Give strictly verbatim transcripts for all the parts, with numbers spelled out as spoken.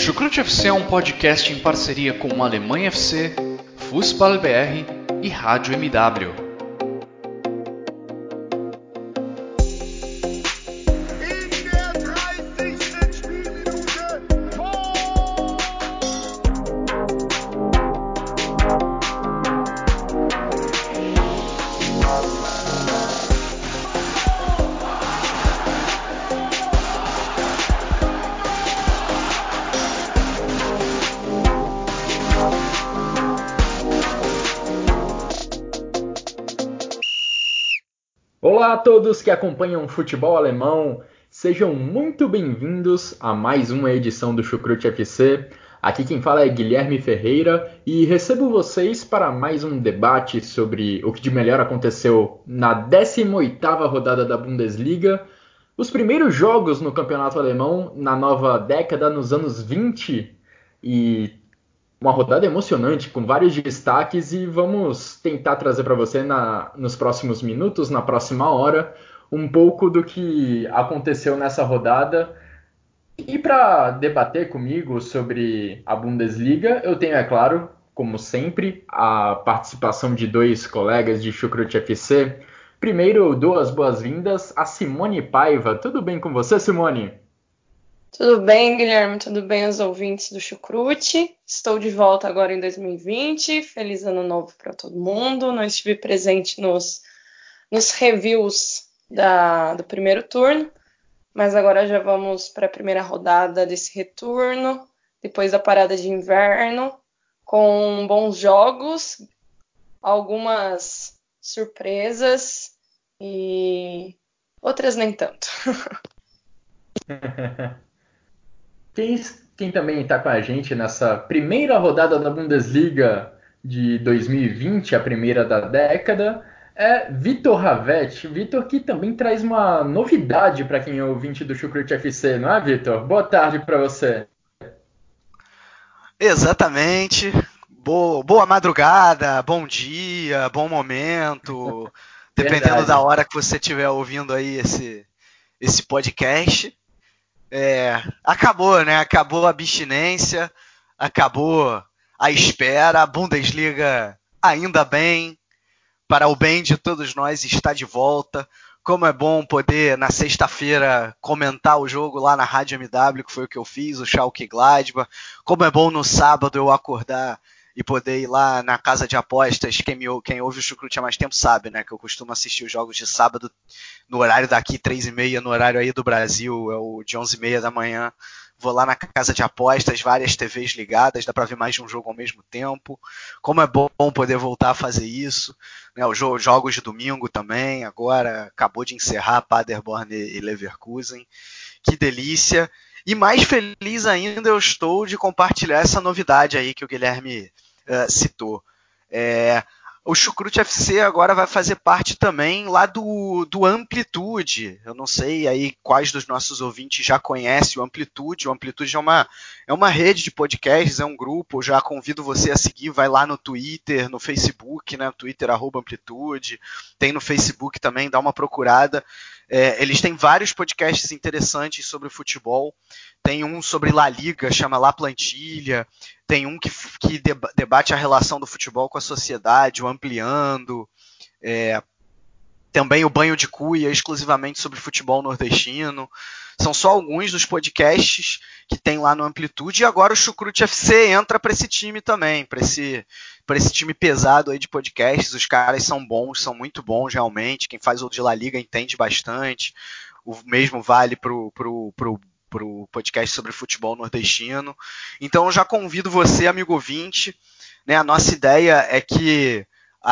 Chucrute F C é um podcast em parceria com Alemanha F C, Fußball B R e Rádio M W. Olá a todos que acompanham o futebol alemão, sejam muito bem-vindos a mais uma edição do Chucrute F C. Aqui quem fala é Guilherme Ferreira e recebo vocês para mais um debate sobre o que de melhor aconteceu na décima oitava rodada da Bundesliga, os primeiros jogos no campeonato alemão na nova década, nos anos vinte, e uma rodada emocionante, com vários destaques, e vamos tentar trazer para você na, nos próximos minutos, na próxima hora, um pouco do que aconteceu nessa rodada. E para debater comigo sobre a Bundesliga, eu tenho, é claro, como sempre, a participação de dois colegas de Chucrute F C. Primeiro, duas boas-vindas a Simone Paiva. Tudo bem com você, Simone? Tudo bem, Guilherme? Tudo bem aos ouvintes do Chucrute? Estou de volta agora em dois mil e vinte. Feliz ano novo para todo mundo. Não estive presente nos, nos reviews da, do primeiro turno, mas agora já vamos para a primeira rodada desse retorno, depois da parada de inverno, com bons jogos, algumas surpresas e outras nem tanto. Quem, quem também está com a gente nessa primeira rodada da Bundesliga de dois mil e vinte, a primeira da década, é Vitor Ravetti. Vitor, que também traz uma novidade para quem é ouvinte do Chucrute F C, não é, Vitor? Boa tarde para você. Exatamente. Boa, boa madrugada, bom dia, bom momento, dependendo Verdade. da hora que você estiver ouvindo aí esse, esse podcast. É, acabou, né? Acabou a abstinência, acabou a espera, a Bundesliga, ainda bem, para o bem de todos nós, está de volta. Como é bom poder, na sexta-feira, comentar o jogo lá na Rádio M W, que foi o que eu fiz, o Schalke Gladbach. Como é bom no sábado eu acordar e poder ir lá na casa de apostas. Quem, me, quem ouve o Chucrute há mais tempo sabe, né? Que eu costumo assistir os jogos de sábado no horário daqui, três e meia, no horário aí do Brasil, é o de onze e meia da manhã. Vou lá na casa de apostas, várias T Vs ligadas, dá para ver mais de um jogo ao mesmo tempo. Como é bom poder voltar a fazer isso. Né, os jogos de domingo também, agora acabou de encerrar Paderborn e Leverkusen. Que delícia. E mais feliz ainda eu estou de compartilhar essa novidade aí que o Guilherme uh, citou. É, o Chucrute F C agora vai fazer parte também lá do, do Amplitude. Eu não sei aí quais dos nossos ouvintes já conhecem o Amplitude. O Amplitude é uma, é uma rede de podcasts, é um grupo. Eu já convido você a seguir. Vai lá no Twitter, no Facebook, né? Twitter, arroba Amplitude. Tem no Facebook também, dá uma procurada. É, eles têm vários podcasts interessantes sobre futebol. Tem um sobre La Liga, chama La Plantilha. Tem um que, que debate a relação do futebol com a sociedade, o Ampliando. É, também o Banho de Cuia, exclusivamente sobre futebol nordestino. São só alguns dos podcasts que tem lá no Amplitude. E agora o Chucrute F C entra para esse time também, para esse, para esse time pesado aí de podcasts. Os caras são bons, são muito bons realmente. Quem faz o de La Liga entende bastante. O mesmo vale pro, pro, pro, pro podcast sobre futebol nordestino. Então eu já convido você, amigo ouvinte. Né, a nossa ideia é que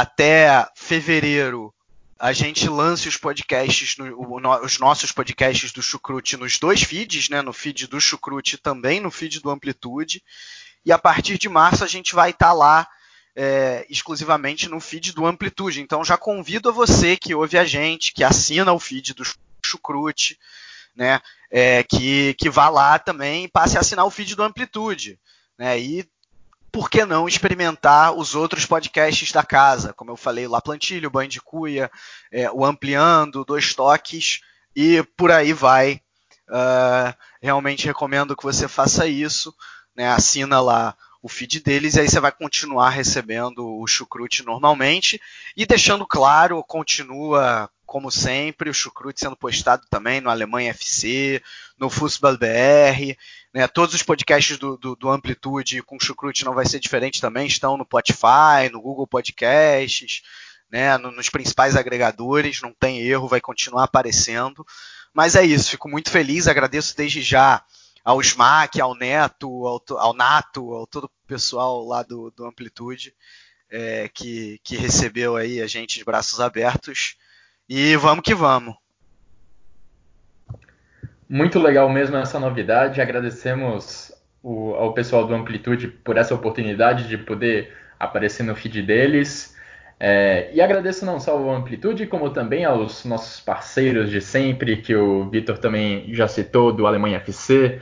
até fevereiro a gente lance os podcasts, no, os nossos podcasts do Chucrute nos dois feeds, né, no feed do Chucrute e também no feed do Amplitude. E a partir de março a gente vai estar tá lá é, exclusivamente no feed do Amplitude. Então já convido a você que ouve a gente, que assina o feed do Chucrute, né, é, que, que vá lá também e passe a assinar o feed do Amplitude. Né, e por que não experimentar os outros podcasts da casa? Como eu falei, o La Plantilha, o Banho de Cuia, é, o Ampliando, Dois Toques, e por aí vai. Uh, realmente recomendo que você faça isso. né, assina lá o feed deles e aí você vai continuar recebendo o Chucrute normalmente e deixando claro, continua como sempre, o Chucrute sendo postado também no Alemanha F C, no Fußball B R, né, todos os podcasts do, do, do Amplitude com o Chucrute não vai ser diferente também, estão no Spotify, no Google Podcasts, né, no, nos principais agregadores, não tem erro, vai continuar aparecendo, mas é isso, fico muito feliz, agradeço desde já ao Smack, ao Neto, ao, ao Nato, ao todo o pessoal lá do, do Amplitude, é, que, que recebeu aí a gente de braços abertos. E vamos que vamos. Muito legal mesmo essa novidade. Agradecemos o, ao pessoal do Amplitude por essa oportunidade de poder aparecer no feed deles. É, e agradeço não só ao Amplitude, como também aos nossos parceiros de sempre, que o Vitor também já citou, do Alemanha F C,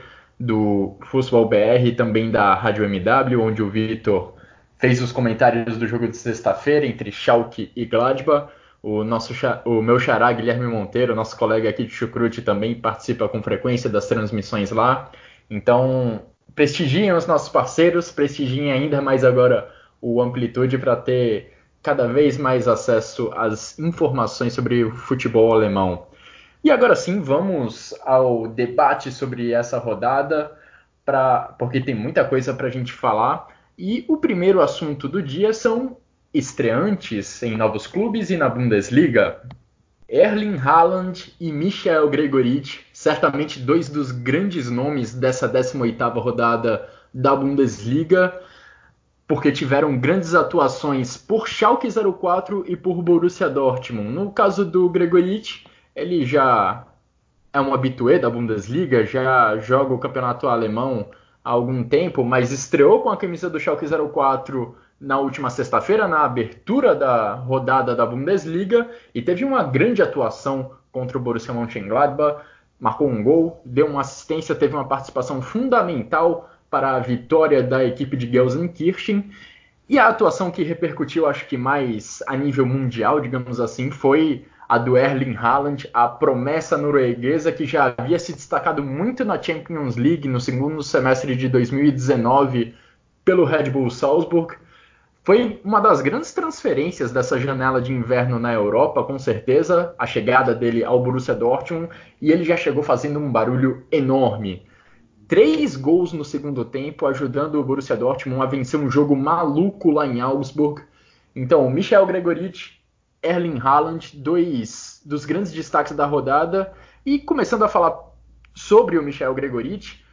do Fußball B R e também da Rádio M W, onde o Vitor fez os comentários do jogo de sexta-feira entre Schalke e Gladbach. O, nosso, o meu xará, Guilherme Monteiro, nosso colega aqui de Chucrute, também participa com frequência das transmissões lá. Então, prestigiem os nossos parceiros, prestigiem ainda mais agora o Amplitude para ter cada vez mais acesso às informações sobre o futebol alemão. E agora sim, vamos ao debate sobre essa rodada, pra, porque tem muita coisa para a gente falar. E o primeiro assunto do dia são estreantes em novos clubes e na Bundesliga. Erling Haaland e Michael Gregoritsch, certamente dois dos grandes nomes dessa décima oitava rodada da Bundesliga, porque tiveram grandes atuações por Schalke zero quatro e por Borussia Dortmund. No caso do Gregoritsch, ele já é um habitué da Bundesliga, já joga o campeonato alemão há algum tempo, mas estreou com a camisa do Schalke zero quatro na última sexta-feira, na abertura da rodada da Bundesliga, e teve uma grande atuação contra o Borussia Mönchengladbach, marcou um gol, deu uma assistência, teve uma participação fundamental para a vitória da equipe de Gelsenkirchen. E a atuação que repercutiu, acho que mais a nível mundial, digamos assim, foi a do Erling Haaland, a promessa norueguesa que já havia se destacado muito na Champions League no segundo semestre de dois mil e dezenove pelo Red Bull Salzburg. Foi uma das grandes transferências dessa janela de inverno na Europa, com certeza, a chegada dele ao Borussia Dortmund, e ele já chegou fazendo um barulho enorme. Três gols no segundo tempo, ajudando o Borussia Dortmund a vencer um jogo maluco lá em Augsburg. Então, Michael Gregoritsch, Erling Haaland, dois dos grandes destaques da rodada. E começando a falar sobre o Michael Gregoritsch,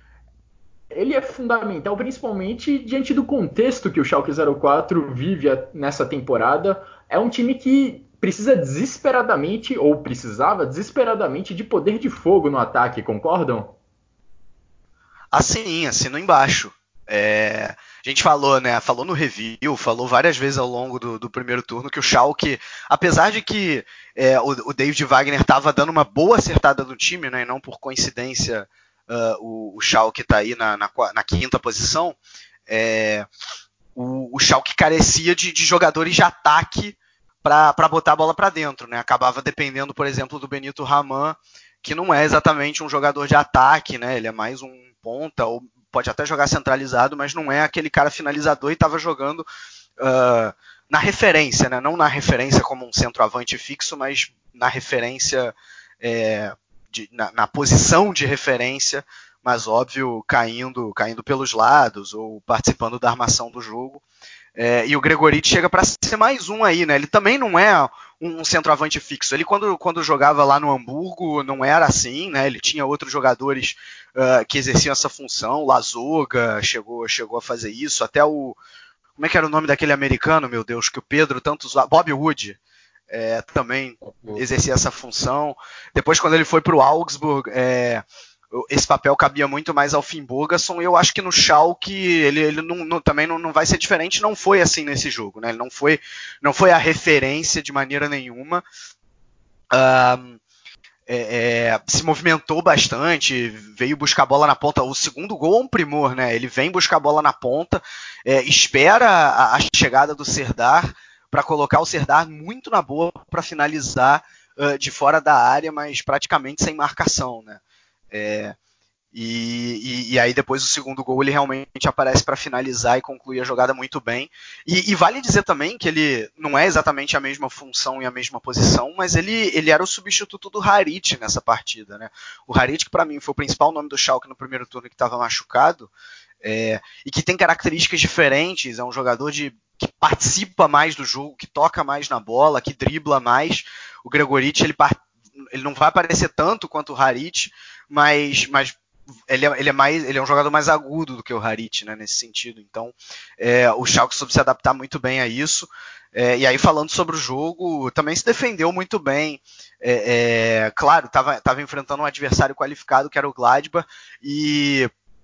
ele é fundamental, principalmente diante do contexto que o Schalke zero quatro vive nessa temporada. É um time que precisa desesperadamente, ou precisava desesperadamente, de poder de fogo no ataque, concordam? Assim, assino embaixo. É, a gente falou, né? Falou no review, falou várias vezes ao longo do, do primeiro turno que o Schalke, apesar de que é, o, o David Wagner estava dando uma boa acertada no time, né? E não por coincidência uh, o, o Schalke está aí na, na, na quinta posição, é, o, o Schalke carecia de, de jogadores de ataque para botar a bola para dentro, né? Acabava dependendo, por exemplo, do Benito Raman, que não é exatamente um jogador de ataque, né? Ele é mais um ponta, ou pode até jogar centralizado, mas não é aquele cara finalizador e estava jogando uh, na referência, né? Não na referência como um centroavante fixo, mas na referência, é, de, na, na posição de referência, mas óbvio, caindo, caindo pelos lados ou participando da armação do jogo. É, e o Gregoritsch chega para ser mais um aí, né? Ele também não é um centroavante fixo. Ele, quando, quando jogava lá no Hamburgo, não era assim, né? Ele tinha outros jogadores uh, que exerciam essa função. O Lasogga chegou, chegou a fazer isso. Até o... Como é que era o nome daquele americano, meu Deus, que o Pedro tanto usava? Bob Wood. É, também exercia essa função. Depois, quando ele foi para o Augsburg... É, esse papel cabia muito mais ao Finn Bogason, e eu acho que no Schalke ele, ele não, não, também não, não vai ser diferente, não foi assim nesse jogo, né? Ele não foi, não foi a referência de maneira nenhuma, uh, é, é, se movimentou bastante, veio buscar a bola na ponta, o segundo gol é um primor, né? Ele vem buscar a bola na ponta, é, espera a, a chegada do Serdar para colocar o Serdar muito na boa para finalizar uh, de fora da área, mas praticamente sem marcação, né? É, E, e, e aí depois o segundo gol ele realmente aparece para finalizar e concluir a jogada muito bem. E, e vale dizer também que ele não é exatamente a mesma função e a mesma posição, mas ele, ele era o substituto do Harit nessa partida, né? O Harit, que para mim foi o principal nome do Schalke no primeiro turno, que estava machucado, é, e que tem características diferentes, é um jogador de, que participa mais do jogo, que toca mais na bola, que dribla mais. O Gregoritch, ele, ele não vai aparecer tanto quanto o Harit, mas, mas Ele é, ele, é mais, ele é um jogador mais agudo do que o Harit, né, nesse sentido. Então, é, o Schalke soube se adaptar muito bem a isso. É, e aí, falando sobre o jogo, também se defendeu muito bem. É, é, claro, estava enfrentando um adversário qualificado, que era o Gladbach, e,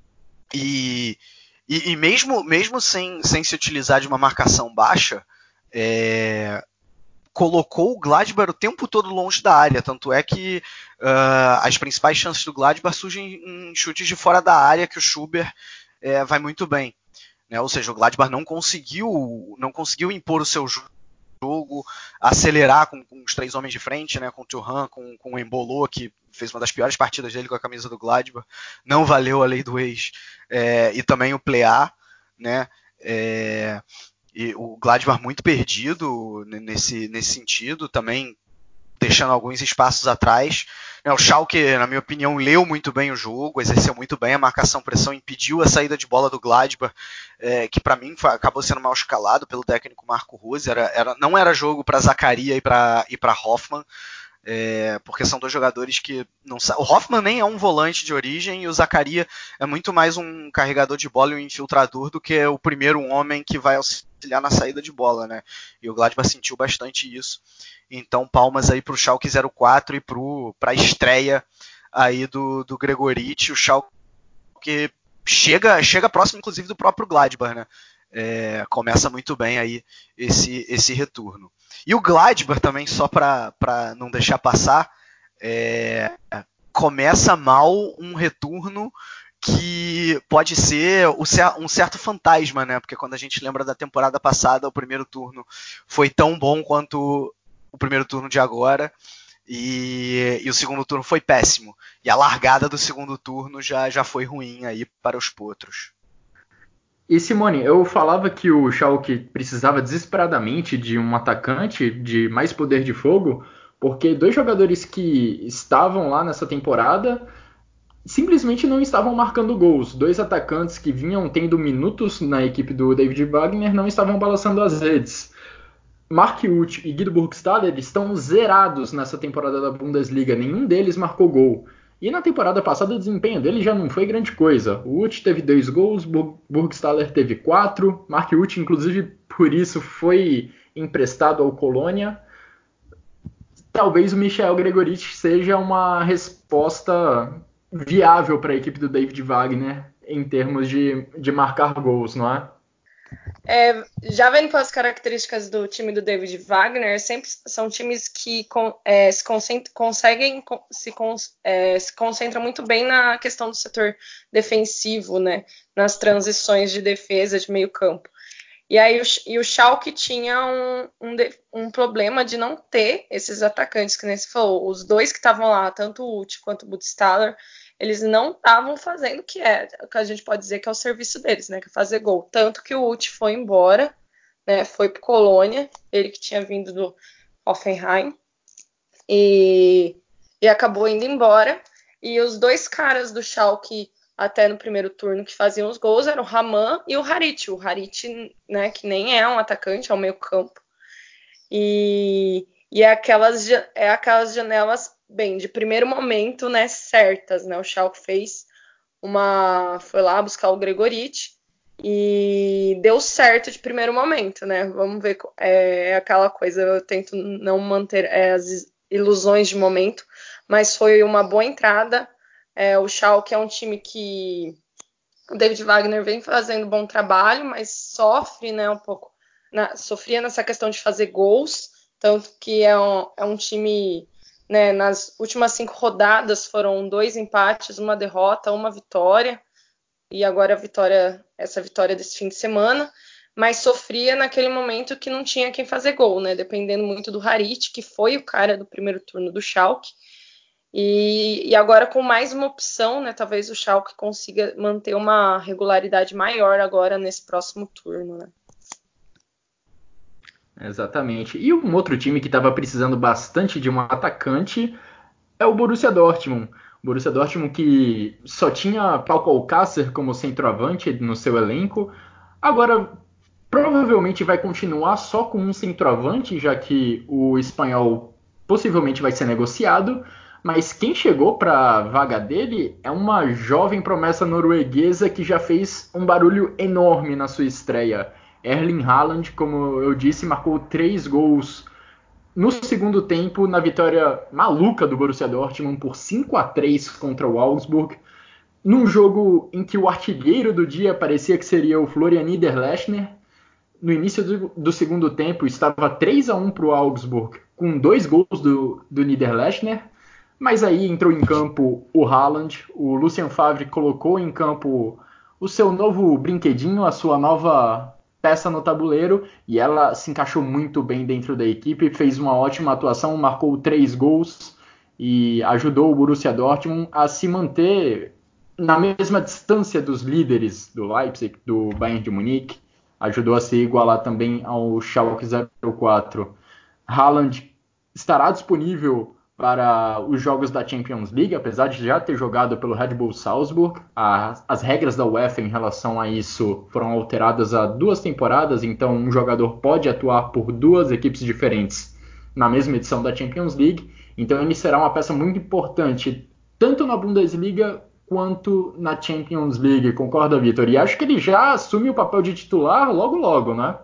e, e, e mesmo, mesmo sem, sem se utilizar de uma marcação baixa, é, colocou o Gladbach o tempo todo longe da área, tanto é que uh, as principais chances do Gladbach surgem em chutes de fora da área, que o Schubert é, vai muito bem, né? Ou seja, o Gladbach não conseguiu, não conseguiu impor o seu jogo, acelerar com, com os três homens de frente, né? Com o Thuram, com, com o Embolo, que fez uma das piores partidas dele com a camisa do Gladbach, não valeu a lei do ex, é, e também o Plea, né? É, E o Gladbach muito perdido nesse, nesse sentido, também deixando alguns espaços atrás. O Schalke, na minha opinião, leu muito bem o jogo, exerceu muito bem a marcação-pressão, impediu a saída de bola do Gladbach, é, que para mim acabou sendo mal escalado pelo técnico Marco Rose. Era, era, não era jogo para Zakaria e para e para Hoffmann, é, porque são dois jogadores que não o Hoffmann nem é um volante de origem e o Zakaria é muito mais um carregador de bola e um infiltrador do que o primeiro homem que vai auxiliar na saída de bola, né? E o Gladbach sentiu bastante isso. Então, palmas aí pro Schalke zero quatro e para a estreia aí do, do Gregoritch. O Schalke chega, chega próximo, inclusive, do próprio Gladbach, né? É, começa muito bem aí esse, esse retorno. E o Gladbach também, só para não deixar passar, é, começa mal um retorno que pode ser um certo fantasma, né? Porque quando a gente lembra da temporada passada, o primeiro turno foi tão bom quanto o primeiro turno de agora, e, e o segundo turno foi péssimo. E a largada do segundo turno já, já foi ruim aí para os potros. E Simone, eu falava que o Schalke precisava desesperadamente de um atacante de mais poder de fogo, porque dois jogadores que estavam lá nessa temporada simplesmente não estavam marcando gols. Dois atacantes que vinham tendo minutos na equipe do David Wagner não estavam balançando as redes. Mark Uth e Guido Burgstaller estão zerados nessa temporada da Bundesliga, nenhum deles marcou gol. E na temporada passada o desempenho dele já não foi grande coisa. O Uth teve dois gols, Burgstaller teve quatro. Mark Uth, inclusive, por isso foi emprestado ao Colônia. Talvez o Michael Gregoritch seja uma resposta viável para a equipe do David Wagner em termos de, de marcar gols, não é? É, já vendo pelas características do time do David Wagner, sempre são times que é, se conseguem se, é, se concentram muito bem na questão do setor defensivo, né? Nas transições de defesa de meio campo. E aí o, e o Schalke tinha um, um, um problema de não ter esses atacantes, que nem você falou, os dois que estavam lá, tanto o Uth quanto o Burgstaller, eles não estavam fazendo o que é, o que a gente pode dizer que é o serviço deles, né, que é fazer gol. Tanto que o Uth foi embora, né, foi pro Colônia, ele que tinha vindo do Hoffenheim, e, e acabou indo embora. E os dois caras do Schalke até no primeiro turno que faziam os gols eram o Raman e o Harit. O Harit, né, que nem é um atacante, é um meio campo. E, e é, aquelas, é aquelas janelas, bem, de primeiro momento, né, certas, né? O Schalke fez uma... foi lá buscar o Gregoritch e deu certo de primeiro momento, né? Vamos ver, é, é aquela coisa, eu tento não manter é, as ilusões de momento, mas foi uma boa entrada. É, o Schalke é um time que o David Wagner vem fazendo bom trabalho, mas sofre, né, um pouco, na, sofria nessa questão de fazer gols, tanto que é um, é um time, né, nas últimas cinco rodadas foram dois empates, uma derrota, uma vitória, e agora a vitória, essa vitória desse fim de semana, mas sofria naquele momento que não tinha quem fazer gol, né, dependendo muito do Harit, que foi o cara do primeiro turno do Schalke. E, e agora com mais uma opção, né? Talvez o Schalke consiga manter uma regularidade maior agora nesse próximo turno, né? Exatamente. E um outro time que estava precisando bastante de um atacante é o Borussia Dortmund. O Borussia Dortmund que só tinha Pau Alcácer como centroavante no seu elenco. Agora, provavelmente vai continuar só com um centroavante, já que o espanhol possivelmente vai ser negociado. Mas quem chegou para a vaga dele é uma jovem promessa norueguesa que já fez um barulho enorme na sua estreia. Erling Haaland, como eu disse, marcou três gols no segundo tempo, na vitória maluca do Borussia Dortmund por cinco a três contra o Augsburg, num jogo em que o artilheiro do dia parecia que seria o Florian Niederlechner. No início do, do segundo tempo estava três a um para o Augsburg, com dois gols do, do Niederlechner, mas aí entrou em campo o Haaland, o Lucien Favre colocou em campo o seu novo brinquedinho, a sua nova peça no tabuleiro, e ela se encaixou muito bem dentro da equipe, fez uma ótima atuação, marcou três gols e ajudou o Borussia Dortmund a se manter na mesma distância dos líderes do Leipzig, do Bayern de Munique, ajudou a se igualar também ao Schalke zero quatro. Haaland estará disponível para os jogos da Champions League, apesar de já ter jogado pelo Red Bull Salzburg. As, as regras da UEFA em relação a isso foram alteradas há duas temporadas, então um jogador pode atuar por duas equipes diferentes na mesma edição da Champions League. Então ele será uma peça muito importante, tanto na Bundesliga quanto na Champions League. Concorda, Vitor? E acho que ele já assume o papel de titular logo logo, né?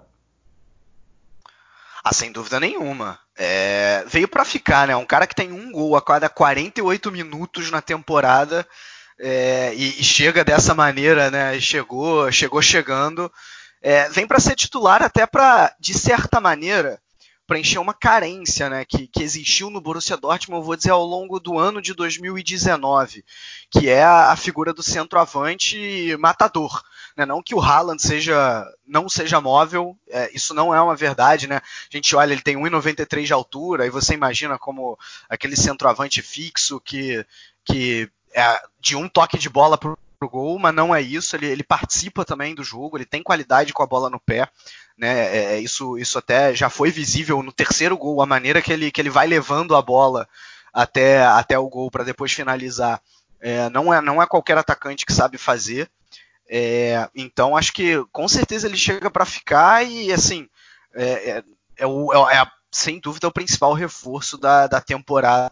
Ah, sem dúvida nenhuma. É, veio para ficar, né? Um cara que tem um gol a cada quarenta e oito minutos na temporada é, e, e chega dessa maneira, né? Chegou, chegou chegando. É, vem para ser titular até para, de certa maneira, preencher uma carência, né, que, que existiu no Borussia Dortmund, eu vou dizer, ao longo do ano de dois mil e dezenove, que é a, a figura do centroavante matador. Né? Não que o Haaland seja, não seja móvel, é, isso não é uma verdade. Né? A gente olha, ele tem um metro e noventa e três de altura, e você imagina como aquele centroavante fixo que, que é de um toque de bola pro pro gol, mas não é isso, ele, ele participa também do jogo, ele tem qualidade com a bola no pé, né? É, isso, isso até já foi visível no terceiro gol, a maneira que ele, que ele vai levando a bola até, até o gol para depois finalizar, é, não, é, não é qualquer atacante que sabe fazer, é, então acho que com certeza ele chega para ficar e assim, é, é, é, o, é, é sem dúvida o principal reforço da, da temporada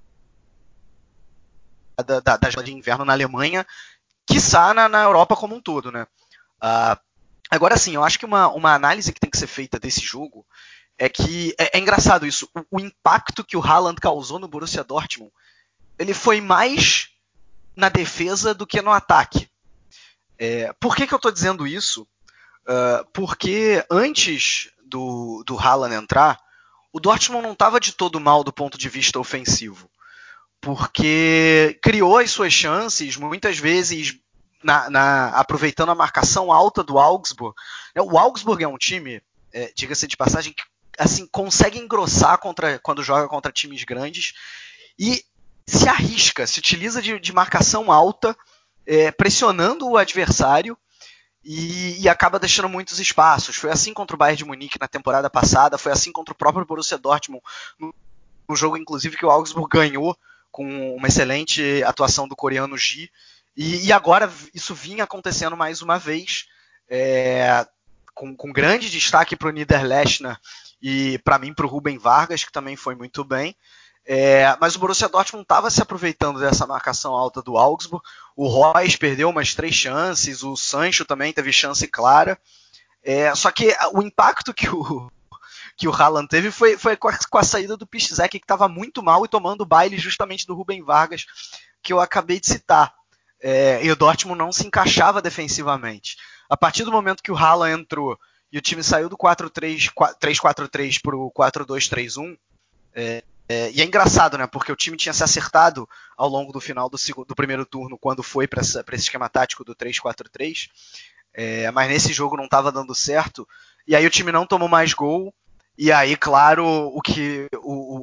da, da, da de inverno na Alemanha, quiçá na, na Europa como um todo, né? Uh, agora sim, eu acho que uma, uma análise que tem que ser feita desse jogo é que é, é engraçado isso, o, o impacto que o Haaland causou no Borussia Dortmund, ele foi mais na defesa do que no ataque. É, por que, que eu estou dizendo isso? Uh, porque antes do, do Haaland entrar, o Dortmund não estava de todo mal do ponto de vista ofensivo. Porque criou as suas chances, muitas vezes na, na, aproveitando a marcação alta do Augsburg. O Augsburg é um time, é, diga-se de passagem, que assim, consegue engrossar contra, quando joga contra times grandes e se arrisca, se utiliza de, de marcação alta, é, pressionando o adversário e, e acaba deixando muitos espaços. Foi assim contra o Bayern de Munique na temporada passada, foi assim contra o próprio Borussia Dortmund, no, no jogo inclusive que o Augsburg ganhou com uma excelente atuação do coreano Ji, e, e agora isso vinha acontecendo mais uma vez, é, com, com grande destaque para o Niederlechner e para mim para o Rubem Vargas, que também foi muito bem, é, mas o Borussia Dortmund estava se aproveitando dessa marcação alta do Augsburg, o Reus perdeu umas três chances, o Sancho também teve chance clara, é, só que o impacto que o que o Haaland teve foi, foi com, a, com a saída do Piszczek, que estava muito mal e tomando o baile justamente do Rubem Vargas, que eu acabei de citar. É, e o Dortmund não se encaixava defensivamente. A partir do momento que o Haaland entrou e o time saiu do quatro três quatro três para o quatro dois três um, é, é, e é engraçado, né, porque o time tinha se acertado ao longo do final do, segundo, do primeiro turno, quando foi para esse esquema tático do três quatro três, é, mas nesse jogo não estava dando certo, e aí o time não tomou mais gol. E aí, claro, o que o, o,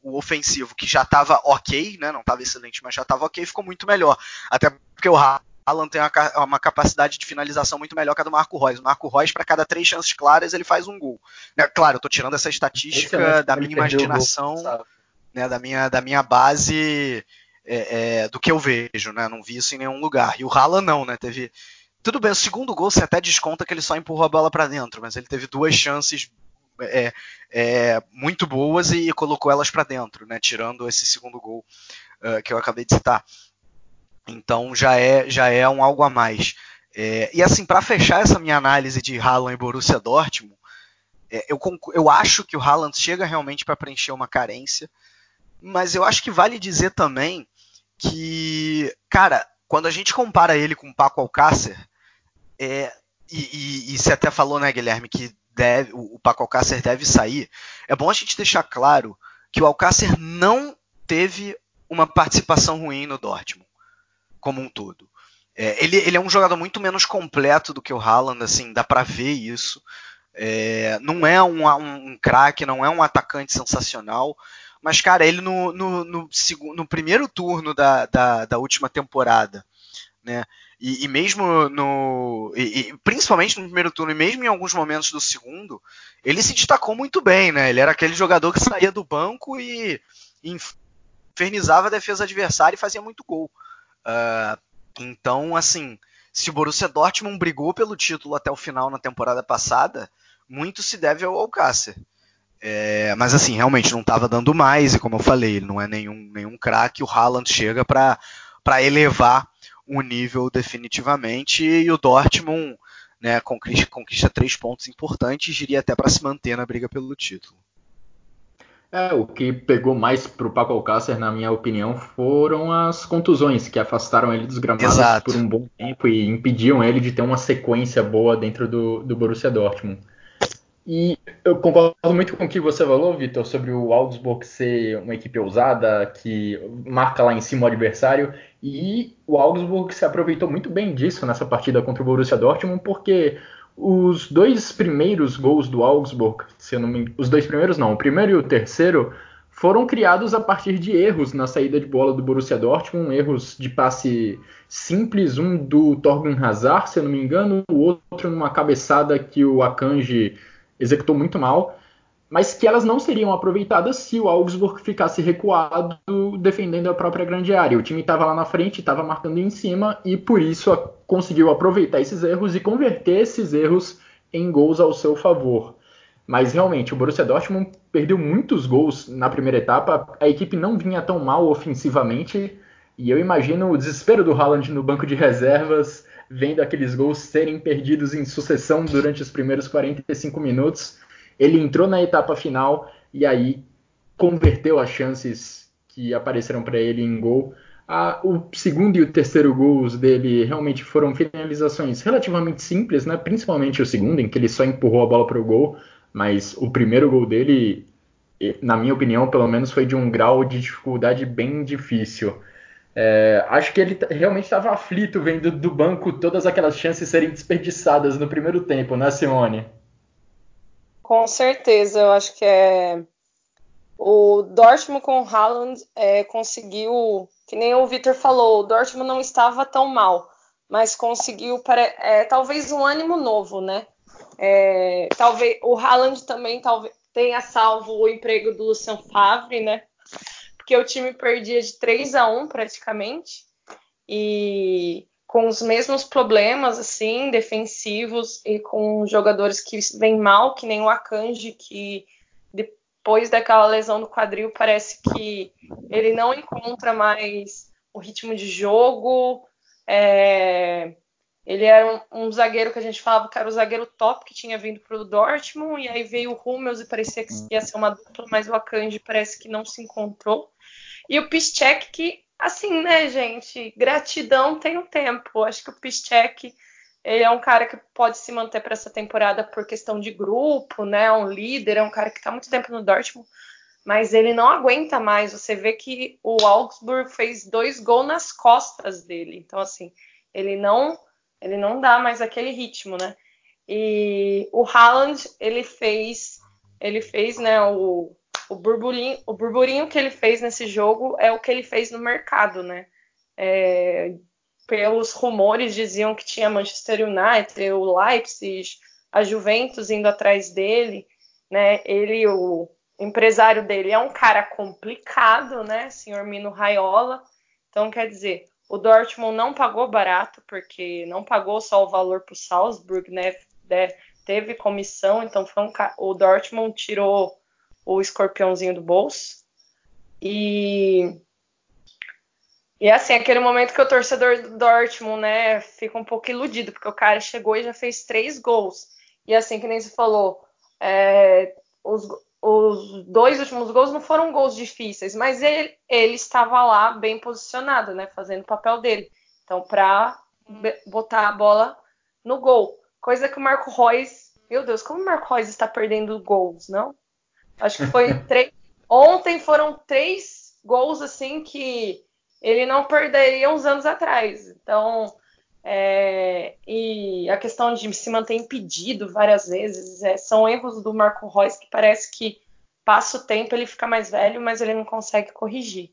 o ofensivo, que já estava ok, né, não estava excelente, mas já estava ok, ficou muito melhor. Até porque o Haaland tem uma, uma capacidade de finalização muito melhor que a do Marco Reus. O Marco Reus, para cada três chances claras, ele faz um gol. Né, claro, eu estou tirando essa estatística da minha imaginação, né, da, minha, da minha base é, é, do que eu vejo, né, não vi isso em nenhum lugar. E o Haaland não, né, teve... Tudo bem, o segundo gol você até desconta que ele só empurrou a bola para dentro, mas ele teve duas chances é, é, muito boas e colocou elas para dentro, né, tirando esse segundo gol uh, que eu acabei de citar. Então já é, já é um algo a mais. É, e assim, para fechar essa minha análise de Haaland e Borussia Dortmund, é, eu, eu acho que o Haaland chega realmente para preencher uma carência, mas eu acho que vale dizer também que, cara, quando a gente compara ele com o Paco Alcácer, é, e, e, e você até falou, né, Guilherme, que deve, o, o Paco Alcácer deve sair, é bom a gente deixar claro que o Alcácer não teve uma participação ruim no Dortmund, como um todo. É, ele, ele é um jogador muito menos completo do que o Haaland, assim, dá pra ver isso. É, não é um, um, um craque, não é um atacante sensacional, mas, cara, ele no, no, no, no primeiro turno da, da, da última temporada, né, e, e mesmo no... E, e, principalmente no primeiro turno, e mesmo em alguns momentos do segundo, ele se destacou muito bem, né, ele era aquele jogador que saía do banco e, e infernizava a defesa adversária e fazia muito gol. Uh, então, assim, se o Borussia Dortmund brigou pelo título até o final na temporada passada, muito se deve ao Alcácer. É, mas assim, realmente não estava dando mais, e como eu falei, ele não é nenhum, nenhum craque, o Haaland chega para elevar o nível definitivamente, e o Dortmund, né, conquista, conquista três pontos importantes, diria até para se manter na briga pelo título. É, o que pegou mais pro Paco Alcácer, na minha opinião, foram as contusões que afastaram ele dos gramados Exato. por um bom tempo e impediam ele de ter uma sequência boa dentro do, do Borussia Dortmund. E eu concordo muito com o que você falou, Vitor, sobre o Augsburg ser uma equipe ousada, que marca lá em cima o adversário, e o Augsburg se aproveitou muito bem disso nessa partida contra o Borussia Dortmund, porque os dois primeiros gols do Augsburg, se eu não me... os dois primeiros não, o primeiro e o terceiro, foram criados a partir de erros na saída de bola do Borussia Dortmund, erros de passe simples, um do Thorgan Hazard, se eu não me engano, o outro numa cabeçada que o Akanji executou muito mal, mas que elas não seriam aproveitadas se o Augsburg ficasse recuado defendendo a própria grande área. O time estava lá na frente, estava marcando em cima e por isso conseguiu aproveitar esses erros e converter esses erros em gols ao seu favor. Mas realmente, o Borussia Dortmund perdeu muitos gols na primeira etapa, a equipe não vinha tão mal ofensivamente e eu imagino o desespero do Haaland no banco de reservas, vendo aqueles gols serem perdidos em sucessão durante os primeiros quarenta e cinco minutos. Ele entrou na etapa final e aí converteu as chances que apareceram para ele em gol. Ah, o segundo e o terceiro gols dele realmente foram finalizações relativamente simples, né? Principalmente o segundo, em que ele só empurrou a bola para o gol, mas o primeiro gol dele, na minha opinião, pelo menos foi de um grau de dificuldade bem difícil. É, acho que ele realmente estava aflito vendo do banco todas aquelas chances serem desperdiçadas no primeiro tempo, né, Simone? Com certeza, eu acho que é o Dortmund com o Haaland é, conseguiu, que nem o Vitor falou, o Dortmund não estava tão mal, mas conseguiu para, é, talvez um ânimo novo, né? É, talvez o Haaland também talvez tenha salvo o emprego do Lucien Favre, né? Porque o time perdia de três a um praticamente e com os mesmos problemas assim defensivos e com jogadores que vêm mal, que nem o Akanji, que depois daquela lesão do quadril parece que ele não encontra mais o ritmo de jogo. É... Ele era um, um zagueiro que a gente falava que era o zagueiro top que tinha vindo para o Dortmund, e aí veio o Hummels e parecia que ia ser uma dupla, mas o Akanji parece que não se encontrou. E o Piszczek, que, assim, né, gente, gratidão tem um tempo. Acho que o Piszczek, ele é um cara que pode se manter para essa temporada por questão de grupo, né, é um líder, é um cara que está muito tempo no Dortmund, mas ele não aguenta mais. Você vê que o Augsburg fez dois gols nas costas dele. Então, assim, ele não, ele não dá mais aquele ritmo, né? E o Haaland, ele fez, ele fez, né, o o burburinho, o burburinho que ele fez nesse jogo é o que ele fez no mercado, né? É, pelos rumores diziam que tinha Manchester United, o Leipzig, a Juventus indo atrás dele, né? Ele, o empresário dele, é um cara complicado, né? Senhor Mino Raiola. Então, quer dizer, o Dortmund não pagou barato, porque não pagou só o valor para o Salzburg, né? Teve comissão, então foi um, o Dortmund tirou o escorpiãozinho do bolso. E, e assim, aquele momento que o torcedor do Dortmund, né, fica um pouco iludido, porque o cara chegou e já fez três gols. E assim, que nem você falou, é, os, os dois últimos gols não foram gols difíceis, mas ele, ele estava lá bem posicionado, né, fazendo o papel dele. Então, para botar a bola no gol. Coisa que o Marco Reus... Meu Deus, como o Marco Reus está perdendo gols, não? Acho que foi... três... Ontem foram três gols, assim, que ele não perderia uns anos atrás. Então, é... e a questão de se manter impedido várias vezes, é... são erros do Marco Reus que parece que passa o tempo, ele fica mais velho, mas ele não consegue corrigir.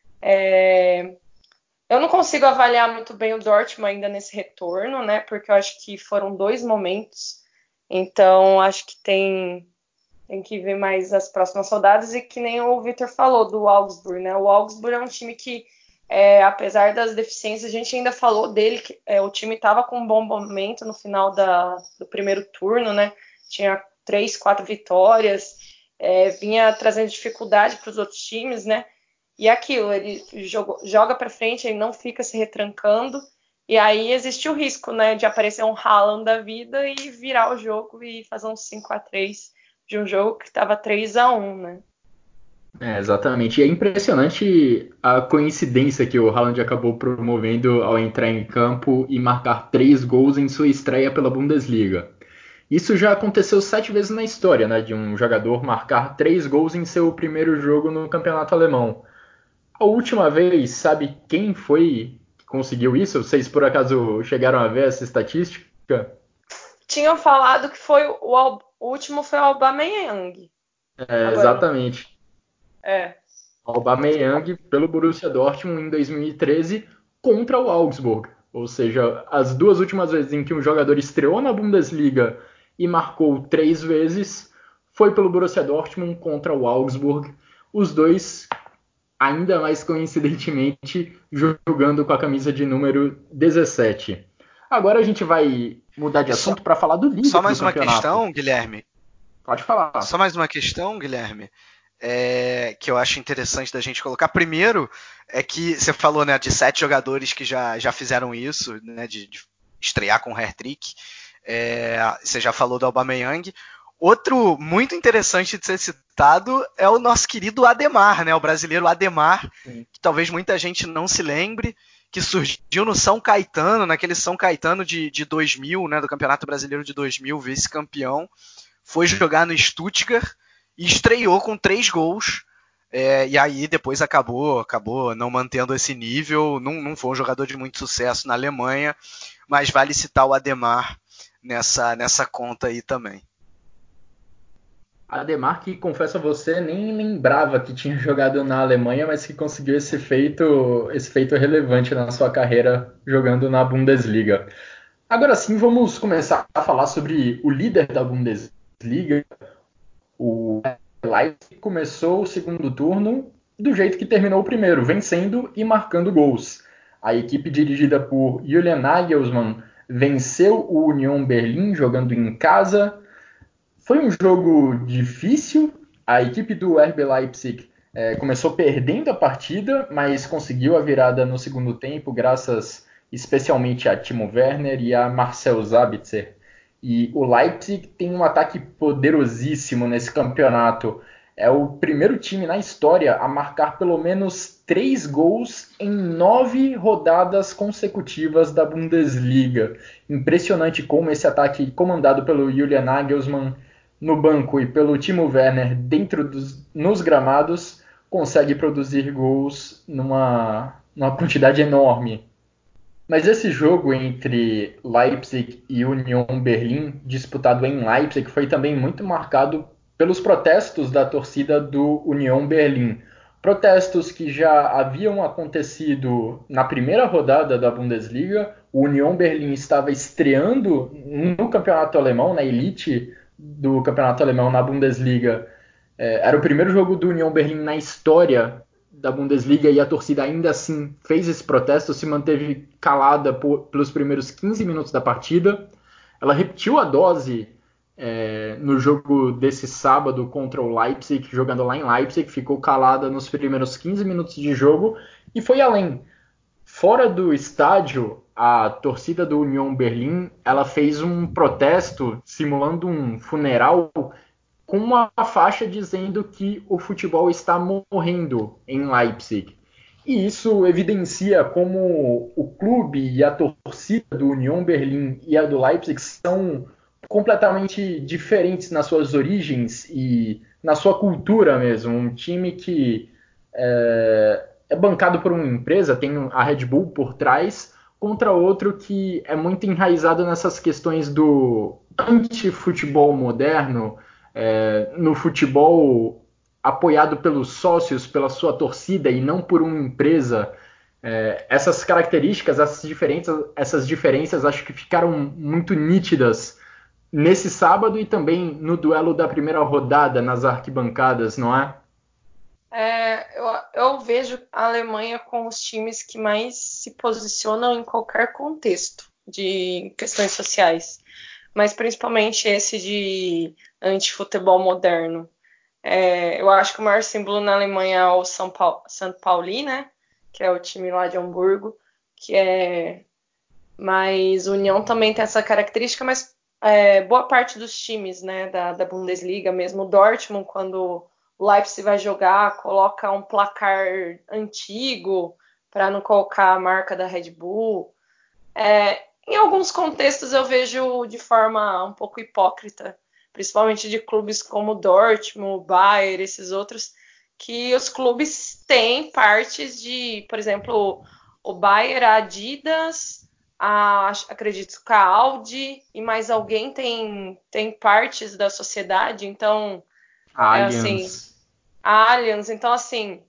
É... Eu não consigo avaliar muito bem o Dortmund ainda nesse retorno, né? Porque eu acho que foram dois momentos. Então, acho que tem, tem que ver mais as próximas rodadas. E que nem o Vitor falou do Augsburg, né? O Augsburg é um time que, é, apesar das deficiências, a gente ainda falou dele, que é, o time estava com um bom momento no final da, do primeiro turno, né? Tinha três, quatro vitórias, é, vinha trazendo dificuldade para os outros times, né? E aquilo, ele joga, joga para frente, ele não fica se retrancando, e aí existe o risco, né, de aparecer um Haaland da vida e virar o jogo e fazer um cinco a três de um jogo que estava três a um, né? É, exatamente. E é impressionante a coincidência que o Haaland acabou promovendo ao entrar em campo e marcar três gols em sua estreia pela Bundesliga. Isso já aconteceu sete vezes na história, né, de um jogador marcar três gols em seu primeiro jogo no campeonato alemão. A última vez, sabe quem foi que conseguiu isso? Vocês por acaso chegaram a ver essa estatística? Tinham falado que foi o, o último foi o Aubameyang. É, Agora não. exatamente. É. Aubameyang pelo Borussia Dortmund em dois mil e treze contra o Augsburg. Ou seja, as duas últimas vezes em que um jogador estreou na Bundesliga e marcou três vezes foi pelo Borussia Dortmund contra o Augsburg. Os dois, ainda mais coincidentemente, jogando com a camisa de número dezessete. Agora a gente vai mudar de Só, assunto para falar do líder só do mais uma campeonato. questão, Guilherme. Pode falar. Só mais uma questão, Guilherme, é, que eu acho interessante da gente colocar. Primeiro, é que você falou, né, de sete jogadores que já, já fizeram isso, né, de, de estrear com hat-trick. É, você já falou do Aubameyang. Outro muito interessante de ser citado é o nosso querido Ademar, né, o brasileiro Ademar, Sim. que talvez muita gente não se lembre, que surgiu no São Caetano, naquele São Caetano de, de dois mil, né, do Campeonato Brasileiro de dois mil, vice-campeão. Foi jogar no Stuttgart e estreou com três gols. É, e aí depois acabou, acabou não mantendo esse nível. Não, não foi um jogador de muito sucesso na Alemanha, mas vale citar o Ademar nessa, nessa conta aí também. Ademar, que confesso a você, nem lembrava que tinha jogado na Alemanha, mas que conseguiu esse feito, esse feito relevante na sua carreira jogando na Bundesliga. Agora sim, vamos começar a falar sobre o líder da Bundesliga. O Leipzig começou o segundo turno do jeito que terminou o primeiro, vencendo e marcando gols. A equipe dirigida por Julian Nagelsmann venceu o Union Berlin jogando em casa. Foi um jogo difícil. A equipe do R B Leipzig é, começou perdendo a partida, mas conseguiu a virada no segundo tempo, graças especialmente a Timo Werner e a Marcel Sabitzer. E o Leipzig tem um ataque poderosíssimo nesse campeonato. É o primeiro time na história a marcar pelo menos três gols em nove rodadas consecutivas da Bundesliga. Impressionante como esse ataque comandado pelo Julian Nagelsmann no banco e pelo Timo Werner dentro dos nos gramados consegue produzir gols numa, numa quantidade enorme. Mas esse jogo entre Leipzig e Union Berlin, disputado em Leipzig, foi também muito marcado pelos protestos da torcida do Union Berlim. Protestos que já haviam acontecido na primeira rodada da Bundesliga. O Union Berlim estava estreando no campeonato alemão, na elite do campeonato alemão, na Bundesliga. É, era o primeiro jogo do Union Berlim na história da Bundesliga e a torcida ainda assim fez esse protesto, se manteve calada por, pelos primeiros quinze minutos da partida. Ela repetiu a dose é, no jogo desse sábado contra o Leipzig, jogando lá em Leipzig, ficou calada nos primeiros quinze minutos de jogo e foi além. Fora do estádio, a torcida do Union Berlim ela fez um protesto simulando um funeral com uma faixa dizendo que o futebol está morrendo em Leipzig. E isso evidencia como o clube e a torcida do Union Berlim e a do Leipzig são completamente diferentes nas suas origens e na sua cultura mesmo. Um time que é, é bancado por uma empresa, tem a Red Bull por trás, contra outro que é muito enraizado nessas questões do anti-futebol moderno, é, no futebol apoiado pelos sócios, pela sua torcida e não por uma empresa. É, essas características, essas diferenças, essas diferenças acho que ficaram muito nítidas nesse sábado e também no duelo da primeira rodada nas arquibancadas, não é? É, eu, eu vejo a Alemanha com os times que mais se posicionam em qualquer contexto de questões sociais, mas principalmente esse de antifutebol moderno. É, eu acho que o maior símbolo na Alemanha é o São Paulo, Sankt Pauli, né? Que é o time lá de Hamburgo, que é... Mas o União também tem essa característica, mas é, boa parte dos times, né, da, da Bundesliga, mesmo o Dortmund, quando o Leipzig vai jogar, coloca um placar antigo para não colocar a marca da Red Bull. É, em alguns contextos eu vejo de forma um pouco hipócrita, principalmente de clubes como o Dortmund, o Bayern, esses outros, que os clubes têm partes de, por exemplo, o Bayern, a Adidas, a, acredito que a Audi e mais alguém tem, tem partes da sociedade, então, A é assim, Allianz. a Allianz, então assim,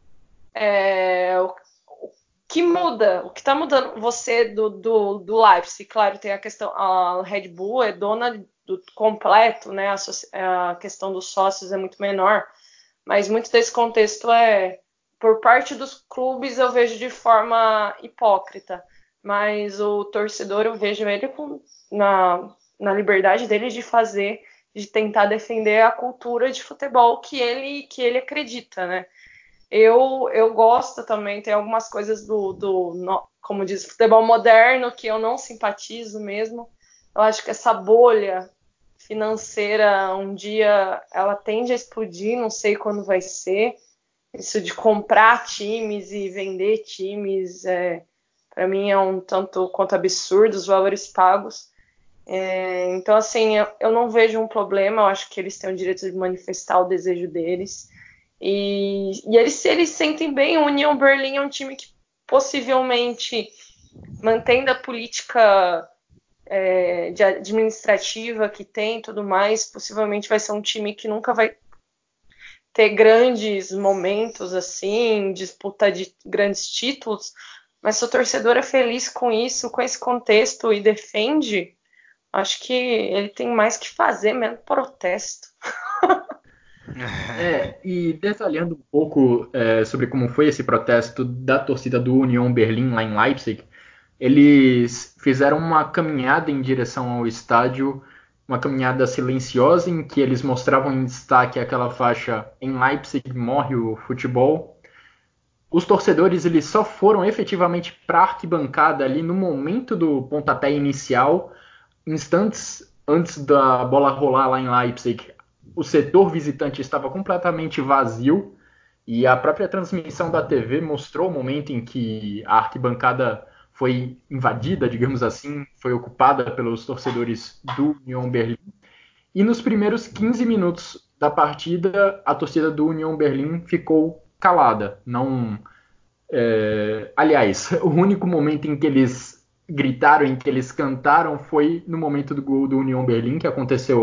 é, o, o que muda, o que está mudando você do, do, do Leipzig, claro, tem a questão, a Red Bull é dona do completo, né, a, a questão dos sócios é muito menor, mas muito desse contexto é, por parte dos clubes eu vejo de forma hipócrita, mas o torcedor eu vejo ele com, na, na liberdade dele de fazer, de tentar defender a cultura de futebol que ele, que ele acredita, né. Eu, eu gosto também, tem algumas coisas do, do, como diz, futebol moderno que eu não simpatizo mesmo. Eu acho que essa bolha financeira, um dia, ela tende a explodir, não sei quando vai ser. Isso de comprar times e vender times, é, para mim é um tanto quanto absurdo os valores pagos. É, então, assim, eu, eu não vejo um problema, eu acho que eles têm o direito de manifestar o desejo deles. E, e eles, se eles sentem bem, o Union Berlin é um time que possivelmente, mantendo a política é, de administrativa que tem e tudo mais, possivelmente vai ser um time que nunca vai ter grandes momentos assim, disputa de grandes títulos, mas se o torcedor é feliz com isso, com esse contexto e defende, acho que ele tem mais que fazer, mesmo protesto. É, e detalhando um pouco é, sobre como foi esse protesto da torcida do Union Berlim lá em Leipzig, eles fizeram uma caminhada em direção ao estádio, uma caminhada silenciosa em que eles mostravam em destaque aquela faixa "Em Leipzig morre o futebol". Os torcedores eles só foram efetivamente para a arquibancada ali no momento do pontapé inicial, instantes antes da bola rolar lá em Leipzig. O setor visitante estava completamente vazio e a própria transmissão da T V mostrou o momento em que a arquibancada foi invadida, digamos assim, foi ocupada pelos torcedores do Union Berlim. E nos primeiros quinze minutos da partida, a torcida do Union Berlim ficou calada. Não, é... Aliás, o único momento em que eles gritaram, em que eles cantaram, foi no momento do gol do Union Berlim, que aconteceu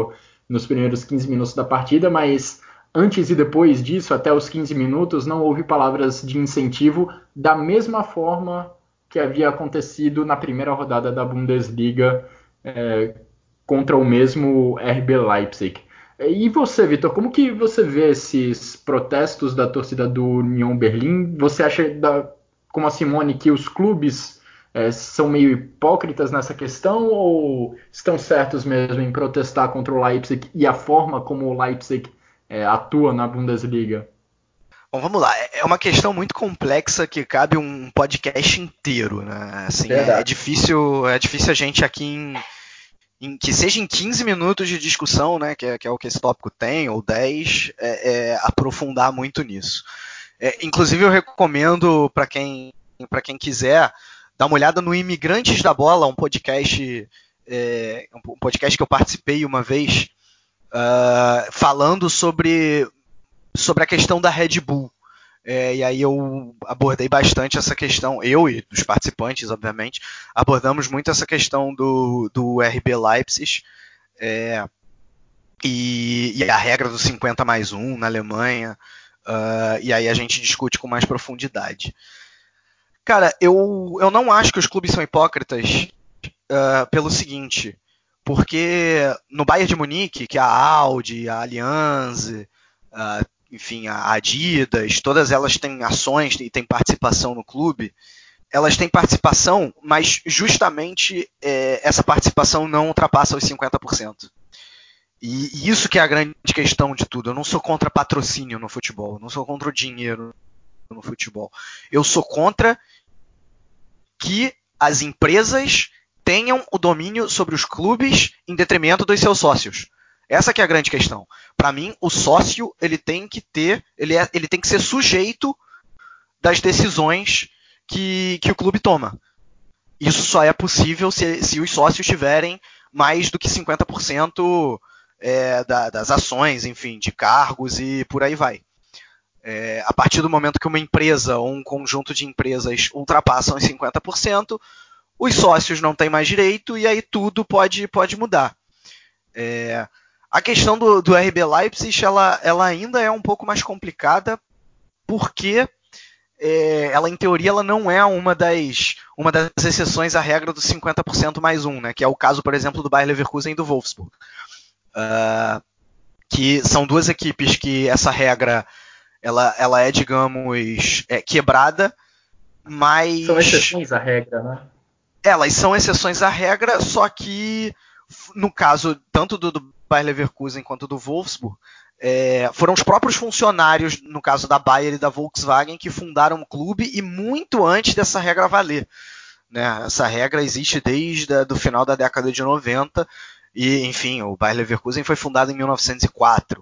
nos primeiros quinze minutos da partida, mas antes e depois disso, até os quinze minutos, não houve palavras de incentivo da mesma forma que havia acontecido na primeira rodada da Bundesliga é, contra o mesmo R B Leipzig. E você, Vitor, como que você vê esses protestos da torcida do Union Berlim? Você acha, da, como a Simone, que os clubes é, são meio hipócritas nessa questão ou estão certos mesmo em protestar contra o Leipzig e a forma como o Leipzig é, atua na Bundesliga? Bom, vamos lá. É uma questão muito complexa que cabe um podcast inteiro, né? Assim, é, é difícil, é difícil a gente aqui em, em que seja em quinze minutos de discussão, né? Que é, que é o que esse tópico tem, ou dez, é, é, aprofundar muito nisso. É, inclusive eu recomendo para quem, para quem quiser dar uma olhada no Imigrantes da Bola, um podcast, é, um podcast que eu participei uma vez, uh, falando sobre sobre a questão da Red Bull. É, e aí eu abordei bastante essa questão, eu e os participantes, obviamente, abordamos muito essa questão do, do R B Leipzig é, e, e a regra do cinquenta mais um na Alemanha, uh, e aí a gente discute com mais profundidade. Cara, eu, eu não acho que os clubes são hipócritas uh, pelo seguinte, porque no Bayern de Munique, que a Audi, a Allianz, uh, enfim, a Adidas, todas elas têm ações e têm participação no clube, elas têm participação, mas justamente é, essa participação não ultrapassa os cinquenta por cento. E, e isso que é a grande questão de tudo. Eu não sou contra patrocínio no futebol, eu não sou contra o dinheiro no futebol. Eu sou contra que as empresas tenham o domínio sobre os clubes em detrimento dos seus sócios. Essa que é a grande questão. Para mim, o sócio ele tem que ter, ele, é, ele tem que ser sujeito das decisões que, que o clube toma. Isso só é possível se, se os sócios tiverem mais do que cinquenta por cento é, da, das ações, enfim, de cargos e por aí vai. É, a partir do momento que uma empresa ou um conjunto de empresas ultrapassam os cinquenta por cento, os sócios não têm mais direito e aí tudo pode, pode mudar. É, a questão do, do R B Leipzig ela, ela ainda é um pouco mais complicada porque é, ela, em teoria, ela não é uma das, uma das exceções à regra dos cinquenta por cento mais um, né, que é o caso, por exemplo, do Bayer Leverkusen e do Wolfsburg. Uh, que são duas equipes que essa regra ela, ela é, digamos, é, quebrada, mas... São exceções à regra, né? Elas são exceções à regra, só que no caso tanto do, do Bayer Leverkusen quanto do Wolfsburg, é, foram os próprios funcionários, no caso da Bayer e da Volkswagen, que fundaram o clube e muito antes dessa regra valer. Né? Essa regra existe desde o final da década de noventa e, enfim, o Bayer Leverkusen foi fundado em mil novecentos e quatro.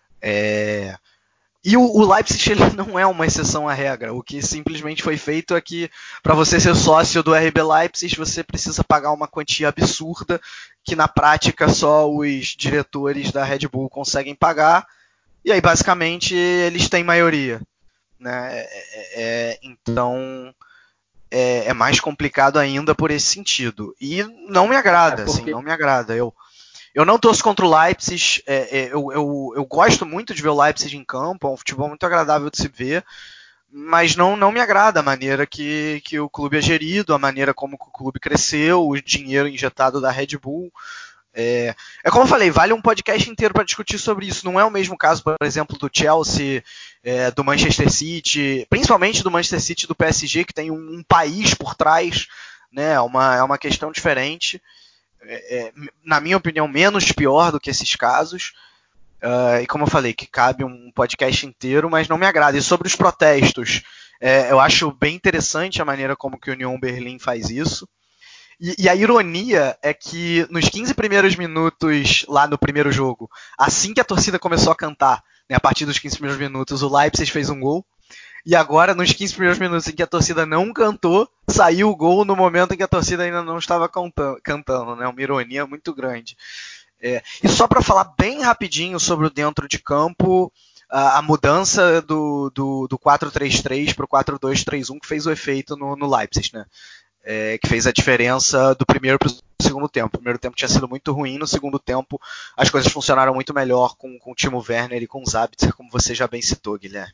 É... E o, o Leipzig ele não é uma exceção à regra. O que simplesmente foi feito é que, para você ser sócio do R B Leipzig, você precisa pagar uma quantia absurda que, na prática, só os diretores da Red Bull conseguem pagar. E aí, basicamente, eles têm maioria. Né? É, é, então, é, é mais complicado ainda por esse sentido. E não me agrada, é porque... assim, não me agrada. Eu... Eu não torço contra o Leipzig, é, é, eu, eu, eu gosto muito de ver o Leipzig em campo, é um futebol muito agradável de se ver, mas não, não me agrada a maneira que, que o clube é gerido, a maneira como o clube cresceu, o dinheiro injetado da Red Bull. É, é como eu falei, vale um podcast inteiro para discutir sobre isso. Não é o mesmo caso, por exemplo, do Chelsea, é, do Manchester City, principalmente do Manchester City e do P S G, que tem um, um país por trás, né, é uma, é uma questão diferente. É, na minha opinião, menos pior do que esses casos. Uh, e como eu falei, que cabe um podcast inteiro, mas não me agrada. E sobre os protestos, é, eu acho bem interessante a maneira como que o Union Berlim faz isso. E, e a ironia é que nos quinze primeiros minutos lá no primeiro jogo, assim que a torcida começou a cantar, né, a partir dos quinze primeiros minutos, o Leipzig fez um gol. E agora, nos quinze primeiros minutos em que a torcida não cantou, saiu o gol no momento em que a torcida ainda não estava cantando, cantando, né? Uma ironia muito grande. É, e só para falar bem rapidinho sobre o dentro de campo, a, a mudança do, do, do quatro três três para o quatro dois três um que fez o efeito no, no Leipzig, né? É, que fez a diferença do primeiro para o segundo tempo. O primeiro tempo tinha sido muito ruim, no segundo tempo as coisas funcionaram muito melhor com, com o Timo Werner e com o Sabitzer, como você já bem citou, Guilherme.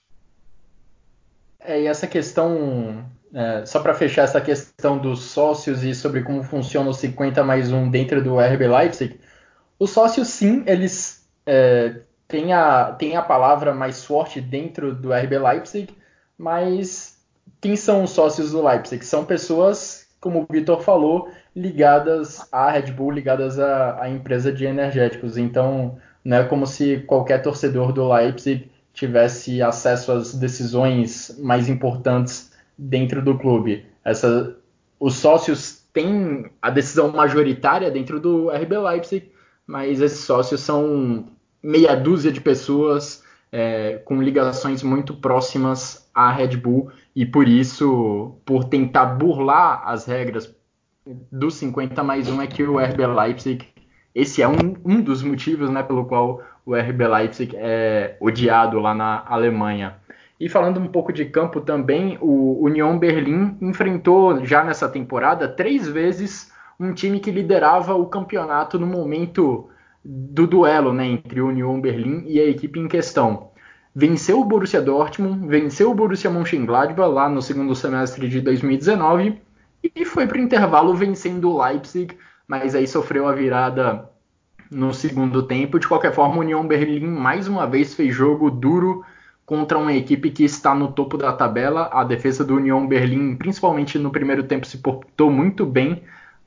É, e essa questão, é, só para fechar essa questão dos sócios e sobre como funciona o cinquenta mais um dentro do R B Leipzig, os sócios sim, eles é, têm, a, têm a palavra mais forte dentro do R B Leipzig, mas quem são os sócios do Leipzig? São pessoas, como o Vitor falou, ligadas à Red Bull, ligadas à, à empresa de energéticos. Então, não é como se qualquer torcedor do Leipzig tivesse acesso às decisões mais importantes dentro do clube. Essa, os sócios têm a decisão majoritária dentro do R B Leipzig, mas esses sócios são meia dúzia de pessoas é, com ligações muito próximas à Red Bull, e por isso, por tentar burlar as regras do cinquenta mais um, é que o R B Leipzig, esse é um, um dos motivos, né, pelo qual o R B Leipzig é odiado lá na Alemanha. E falando um pouco de campo também, o Union Berlin enfrentou já nessa temporada três vezes um time que liderava o campeonato no momento do duelo, né, entre o Union Berlin e a equipe em questão. Venceu o Borussia Dortmund, venceu o Borussia Mönchengladbach lá no segundo semestre de dois mil e dezenove e foi para o intervalo vencendo o Leipzig, mas aí sofreu a virada no segundo tempo. De qualquer forma, o Union Berlin mais uma vez fez jogo duro contra uma equipe que está no topo da tabela. A defesa do Union Berlin, principalmente no primeiro tempo, se portou muito bem,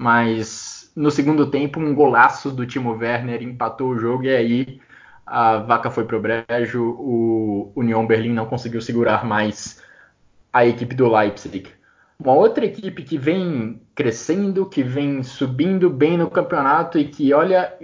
mas no segundo tempo um golaço do Timo Werner empatou o jogo, e aí a vaca foi pro brejo. O Union Berlin não conseguiu segurar mais a equipe do Leipzig. Uma outra equipe que vem crescendo, que vem subindo bem no campeonato e que, olha,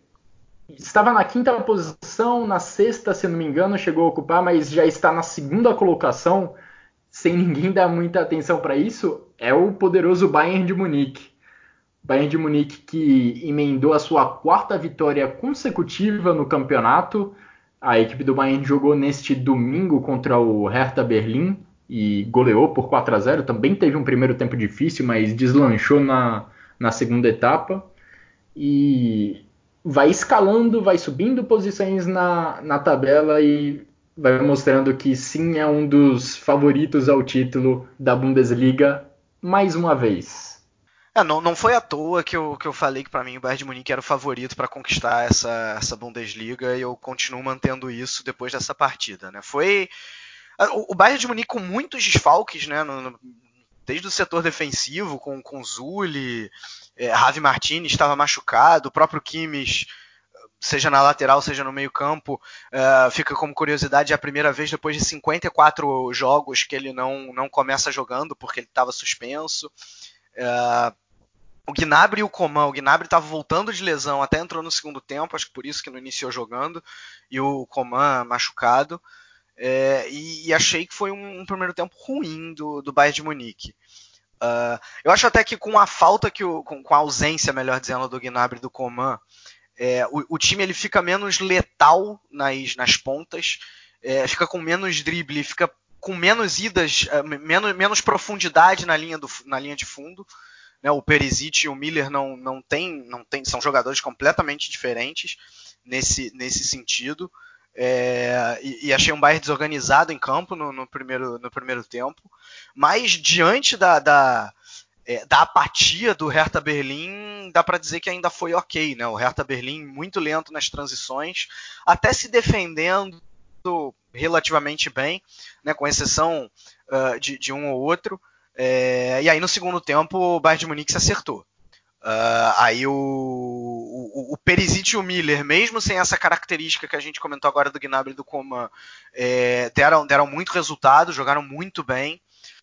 estava na quinta posição, na sexta, se não me engano, chegou a ocupar, mas já está na segunda colocação, sem ninguém dar muita atenção para isso, é o poderoso Bayern de Munique. Bayern de Munique que emendou a sua quarta vitória consecutiva no campeonato. A equipe do Bayern jogou neste domingo contra o Hertha Berlim e goleou por quatro a zero. Também teve um primeiro tempo difícil, mas deslanchou na, na segunda etapa. E vai escalando, vai subindo posições na, na tabela e vai mostrando que sim, é um dos favoritos ao título da Bundesliga mais uma vez. É, não, não foi à toa que eu, que eu falei que para mim o Bayern de Munique era o favorito para conquistar essa, essa Bundesliga, e eu continuo mantendo isso depois dessa partida, né? Foi o, o Bayern de Munique com muitos desfalques, né? No, no, desde o setor defensivo, com, com Zulli, é, Javi Martinez estava machucado, o próprio Kimmich, seja na lateral, seja no meio campo, uh, fica como curiosidade, é a primeira vez depois de cinquenta e quatro jogos que ele não, não começa jogando, porque ele estava suspenso. Uh, o Gnabry e o Coman, o Gnabry estava voltando de lesão, até entrou no segundo tempo, acho que por isso que não iniciou jogando, e o Coman machucado, é, e, e achei que foi um, um primeiro tempo ruim do, do Bayern de Munique. Uh, eu acho até que com a falta, que o, com, com a ausência, melhor dizendo, do Gnabry e do Coman, é, o, o time ele fica menos letal nas, nas pontas, é, fica com menos drible, fica com menos idas, menos, menos profundidade na linha, do, na linha de fundo, né? O Perisic e o Miller não, não, tem, não tem, são jogadores completamente diferentes nesse, nesse sentido, é, e, e achei um Bayern desorganizado em campo no, no, primeiro, no primeiro tempo, mas diante da, da, é, da apatia do Hertha Berlim, dá para dizer que ainda foi ok, né? O Hertha Berlim muito lento nas transições, até se defendendo relativamente bem, né, com exceção uh, de, de um ou outro, é, e aí no segundo tempo o Bayern de Munique se acertou. Uh, aí o, o, o Perisic e o Miller, mesmo sem essa característica que a gente comentou agora do Gnabry e do Coman, é, deram, deram muito resultado, jogaram muito bem,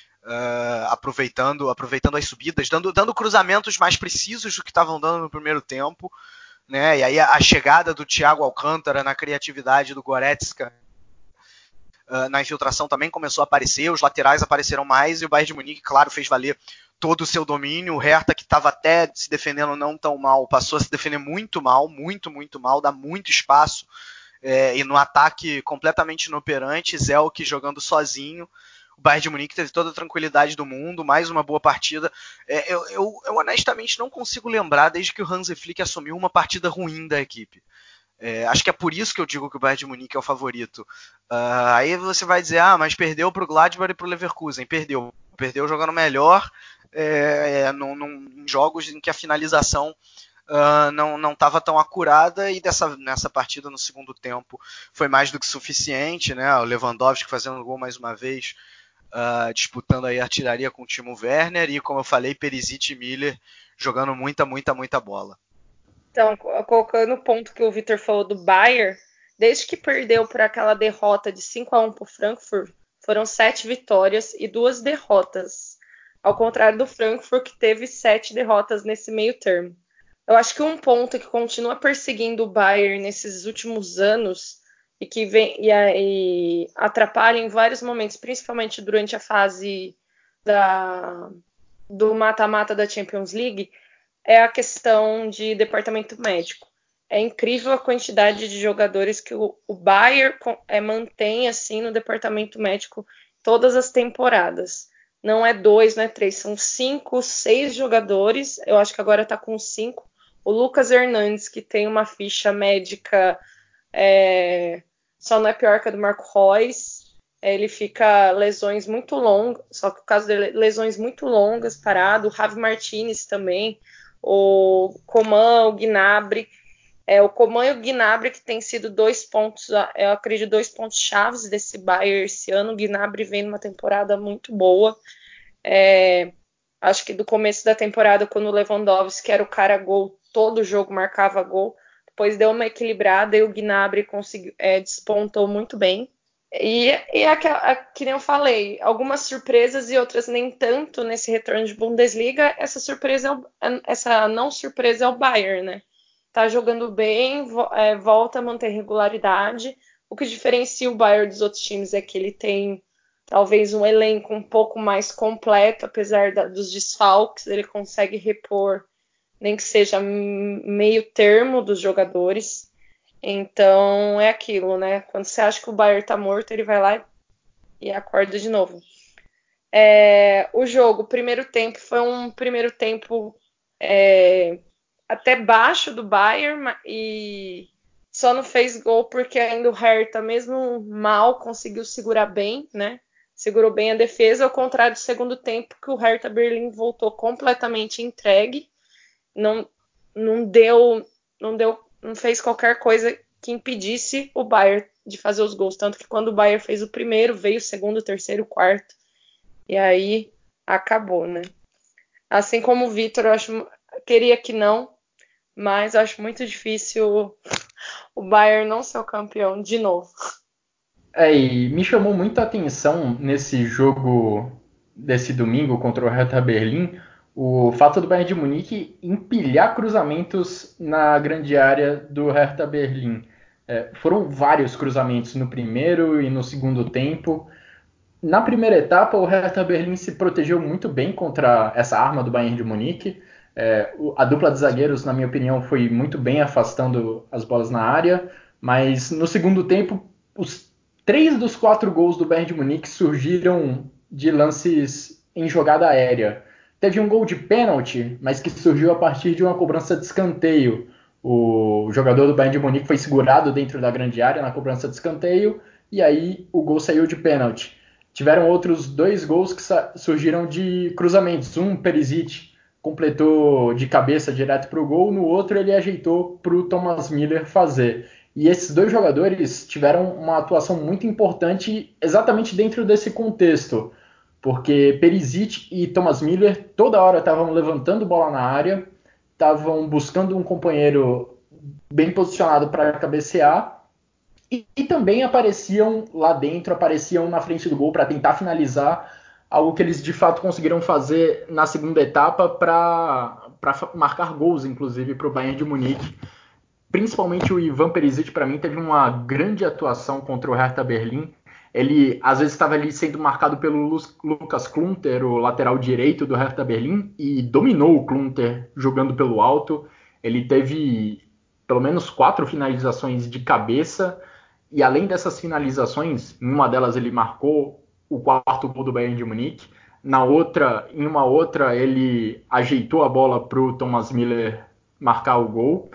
uh, aproveitando, aproveitando as subidas, dando, dando cruzamentos mais precisos do que estavam dando no primeiro tempo, né, e aí a, a chegada do Thiago Alcântara na criatividade do Goretzka, Uh, na infiltração também começou a aparecer, os laterais apareceram mais, e o Bayern de Munique, claro, fez valer todo o seu domínio. O Hertha, que estava até se defendendo não tão mal, passou a se defender muito mal, muito, muito mal, dá muito espaço, é, e no ataque completamente inoperante, Zelk jogando sozinho, o Bayern de Munique teve toda a tranquilidade do mundo, mais uma boa partida. É, eu, eu, eu honestamente não consigo lembrar, desde que o Hansi Flick assumiu, uma partida ruim da equipe. É, acho que é por isso que eu digo que o Bayern de Munique é o favorito. Uh, aí você vai dizer, ah, mas perdeu para o Gladbach e para o Leverkusen. Perdeu. Perdeu jogando melhor, é, é, num, num, em jogos em que a finalização uh, não estava tão acurada, e dessa, nessa partida, no segundo tempo, foi mais do que suficiente, né? O Lewandowski fazendo gol mais uma vez, uh, disputando aí a artilharia com o Timo Werner, e, como eu falei, Perisic e Miller jogando muita, muita, muita bola. Então, colocando o ponto que o Vitor falou do Bayern, desde que perdeu por aquela derrota de cinco a um para o Frankfurt, foram sete vitórias e duas derrotas. Ao contrário do Frankfurt, que teve sete derrotas nesse meio termo. Eu acho que um ponto que continua perseguindo o Bayern nesses últimos anos e que vem e, e atrapalha em vários momentos, principalmente durante a fase da, do mata-mata da Champions League, é a questão de departamento médico. É incrível a quantidade de jogadores que o, o Bayern é, mantém assim no departamento médico todas as temporadas. Não é dois, não é três, são cinco, seis jogadores. Eu acho que agora está com cinco. O Lucas Hernandes, que tem uma ficha médica, é, só não é pior que a do Marco Reus. Ele fica lesões muito longas, só que o caso dele, lesões muito longas, parado. O Javi Martinez também. O Coman, o Gnabry, é, o Coman e o Gnabry, que tem sido dois pontos, eu acredito, dois pontos chaves desse Bayern esse ano. O Gnabry vem numa temporada muito boa. É, acho que do começo da temporada, quando o Lewandowski era o cara gol, todo jogo marcava gol, depois deu uma equilibrada e o Gnabry conseguiu, é, despontou muito bem. E, e a, a, que nem eu falei, algumas surpresas e outras nem tanto nesse retorno de Bundesliga. Essa surpresa, essa não surpresa é o Bayern, né? Tá jogando bem, é, volta a manter regularidade. O que diferencia o Bayern dos outros times é que ele tem talvez um elenco um pouco mais completo, apesar da, dos desfalques, ele consegue repor, nem que seja meio termo dos jogadores. Então, é aquilo, né? Quando você acha que o Bayern tá morto, ele vai lá e acorda de novo. É, o jogo, o primeiro tempo, foi um primeiro tempo é, até baixo do Bayern, e só não fez gol porque ainda o Hertha, mesmo mal, conseguiu segurar bem, né? Segurou bem a defesa, ao contrário do segundo tempo, que o Hertha Berlim voltou completamente entregue. Não, não deu... Não deu não fez qualquer coisa que impedisse o Bayern de fazer os gols. Tanto que quando o Bayern fez o primeiro, veio o segundo, o terceiro, o quarto. E aí acabou, né? Assim como o Vitor, eu acho, queria que não, mas eu acho muito difícil o Bayern não ser o campeão de novo. É, e me chamou muito a atenção nesse jogo desse domingo contra o Hertha Berlim o fato do Bayern de Munique empilhar cruzamentos na grande área do Hertha Berlim. É, foram vários cruzamentos no primeiro e no segundo tempo. Na primeira etapa, o Hertha Berlim se protegeu muito bem contra essa arma do Bayern de Munique. É, a dupla de zagueiros, na minha opinião, foi muito bem afastando as bolas na área, mas no segundo tempo, os três dos quatro gols do Bayern de Munique surgiram de lances em jogada aérea. Teve um gol de pênalti, mas que surgiu a partir de uma cobrança de escanteio. O jogador do Bayern de Munique foi segurado dentro da grande área na cobrança de escanteio, e aí o gol saiu de pênalti. Tiveram outros dois gols que surgiram de cruzamentos. Um, Perisic completou de cabeça direto para o gol, no outro ele ajeitou para o Thomas Miller fazer. E esses dois jogadores tiveram uma atuação muito importante exatamente dentro desse contexto, porque Perisic e Thomas Miller toda hora estavam levantando bola na área, estavam buscando um companheiro bem posicionado para cabecear, e, e também apareciam lá dentro, apareciam na frente do gol para tentar finalizar, algo que eles de fato conseguiram fazer na segunda etapa para marcar gols, inclusive, para o Bayern de Munique. Principalmente o Ivan Perisic, para mim, teve uma grande atuação contra o Hertha Berlim. Ele, às vezes, estava ali sendo marcado pelo Lucas Klünter, o lateral direito do Hertha Berlim, e dominou o Klünter jogando pelo alto. Ele teve pelo menos quatro finalizações de cabeça, e além dessas finalizações, em uma delas ele marcou o quarto gol do Bayern de Munique. Na outra, em uma outra, ele ajeitou a bola para o Thomas Müller marcar o gol.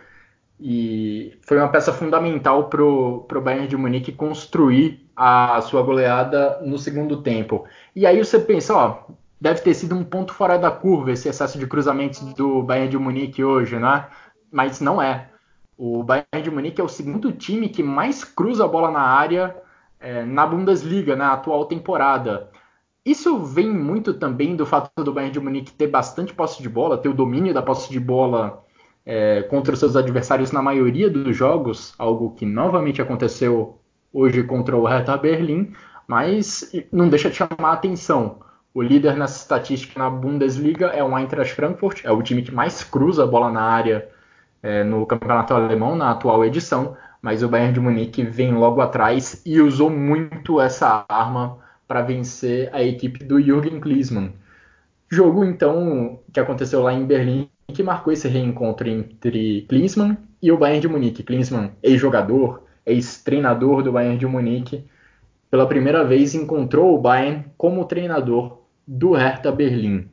E foi uma peça fundamental para o Bayern de Munique construir a sua goleada no segundo tempo. E aí você pensa, ó, deve ter sido um ponto fora da curva esse excesso de cruzamentos do Bayern de Munique hoje, né? Mas não é. O Bayern de Munique é o segundo time que mais cruza a bola na área é, na Bundesliga, na atual temporada. Isso vem muito também do fato do Bayern de Munique ter bastante posse de bola, ter o domínio da posse de bola é, contra os seus adversários na maioria dos jogos, algo que novamente aconteceu hoje contra o Hertha Berlim, mas não deixa de chamar a atenção. O líder nessa estatística na Bundesliga é o Eintracht Frankfurt, é o time que mais cruza a bola na área é, no campeonato alemão, na atual edição, mas o Bayern de Munique vem logo atrás e usou muito essa arma para vencer a equipe do Jürgen Klinsmann. Jogo, então, que aconteceu lá em Berlim, que marcou esse reencontro entre Klinsmann e o Bayern de Munique. Klinsmann, ex-jogador, ex-treinador do Bayern de Munique, pela primeira vez encontrou o Bayern como treinador do Hertha Berlim.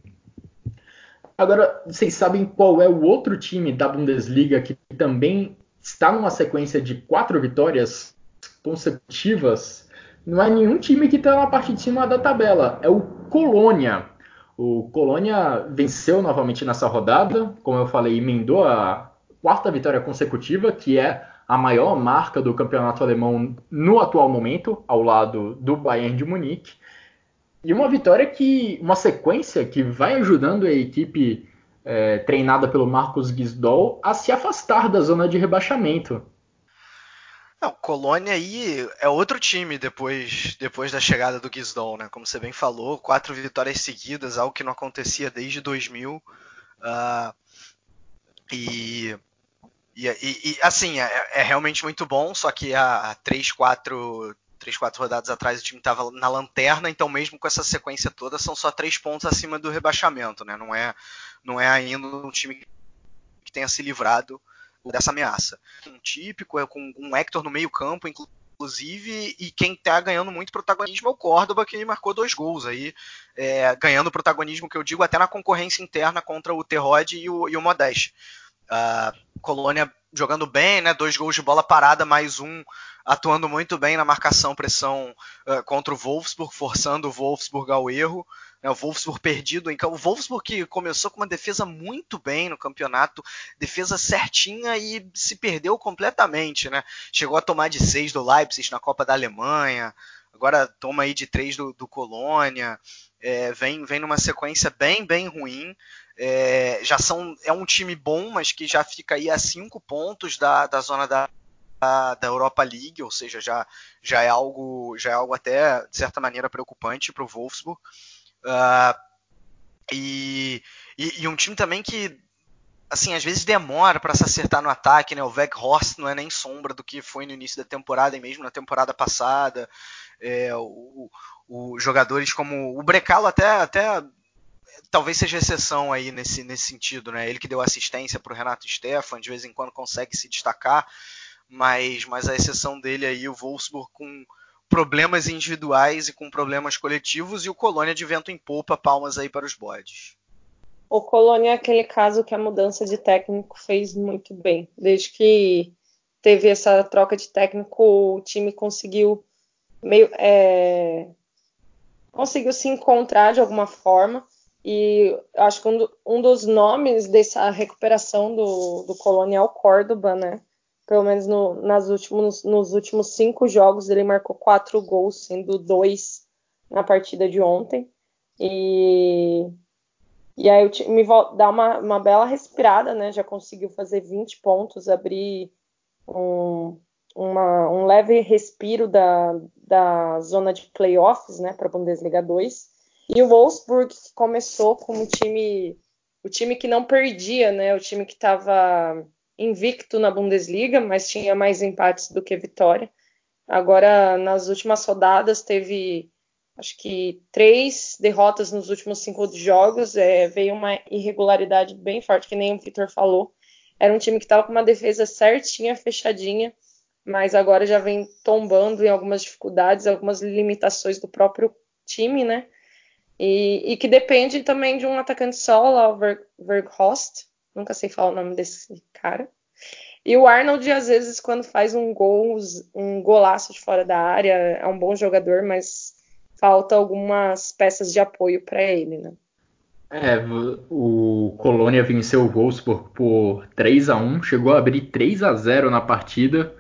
Agora, vocês sabem qual é o outro time da Bundesliga que também está numa sequência de quatro vitórias consecutivas? Não é nenhum time que está na parte de cima da tabela, é o Colônia. O Colônia venceu novamente nessa rodada, como eu falei, emendou a quarta vitória consecutiva, que é a maior marca do campeonato alemão no atual momento, ao lado do Bayern de Munique. E uma vitória que, uma sequência que vai ajudando a equipe é, treinada pelo Marcus Gisdol a se afastar da zona de rebaixamento. Não, Colônia aí é outro time depois, depois da chegada do Gisdol, né? Como você bem falou, quatro vitórias seguidas, algo que não acontecia desde dois mil. Uh, e, e, e, assim, é, é realmente muito bom, só que há três, quatro, três, quatro rodadas atrás o time estava na lanterna, então mesmo com essa sequência toda, são só três pontos acima do rebaixamento, né? Não é, não é ainda um time que tenha se livrado dessa ameaça. Um típico, é com um Hector no meio campo, inclusive, e quem está ganhando muito protagonismo é o Córdoba, que marcou dois gols aí, é, ganhando protagonismo, que eu digo, até na concorrência interna contra o Terrode e o, e o Modeste. Uh, Colônia jogando bem, né, dois gols de bola parada, mais um atuando muito bem na marcação, pressão uh, contra o Wolfsburg, forçando o Wolfsburg ao erro. O Wolfsburg perdido, o Wolfsburg que começou com uma defesa muito bem no campeonato, defesa certinha e se perdeu completamente, né? Chegou a tomar de seis do Leipzig na Copa da Alemanha, agora toma aí de três do, do Colônia, é, vem, vem numa sequência bem, bem ruim. É, já são, é um time bom, mas que já fica aí a cinco pontos da, da zona da, da, da Europa League, ou seja, já, já, é algo, já é algo até, de certa maneira, preocupante para o Wolfsburg. Uh, e, e, e um time também que, assim, às vezes demora para se acertar no ataque, né? O Weghorst não é nem sombra do que foi no início da temporada e mesmo na temporada passada. É, o, o, jogadores como o Brecalo até, até talvez seja exceção aí nesse, nesse sentido, né? Ele que deu assistência para o Renato Stephan, de vez em quando consegue se destacar, mas, mas a exceção dele aí, o Wolfsburg com problemas individuais e com problemas coletivos, e o Colônia de vento em popa, palmas aí para os bodes. O Colônia é aquele caso que a mudança de técnico fez muito bem. Desde que teve essa troca de técnico, o time conseguiu meio é, conseguiu se encontrar de alguma forma, e acho que um, do, um dos nomes dessa recuperação do, do Colônia é o Córdoba, né? Pelo menos no, nas últimos, nos últimos cinco jogos ele marcou quatro gols, sendo dois na partida de ontem. E, e aí o time dá uma, uma bela respirada, né? Já conseguiu fazer vinte pontos, abrir um, uma, um leve respiro da, da zona de playoffs, né? Para a Bundesliga dois. E o Wolfsburg, que começou como time, o time que não perdia, né? O time que estava invicto na Bundesliga, mas tinha mais empates do que vitória. Agora, nas últimas rodadas, teve, acho que, três derrotas nos últimos cinco jogos. É, veio uma irregularidade bem forte, que nem o Vitor falou. Era um time que estava com uma defesa certinha, fechadinha, mas agora já vem tombando em algumas dificuldades, algumas limitações do próprio time, né? E, e que depende também de um atacante solo, o Ver, Verhulst, nunca sei falar o nome desse cara. E o Arnold, às vezes, quando faz um gol, um golaço de fora da área, é um bom jogador, mas falta algumas peças de apoio para ele, né? É, o Colônia venceu o Wolfsburg por três a um, chegou a abrir três a zero na partida,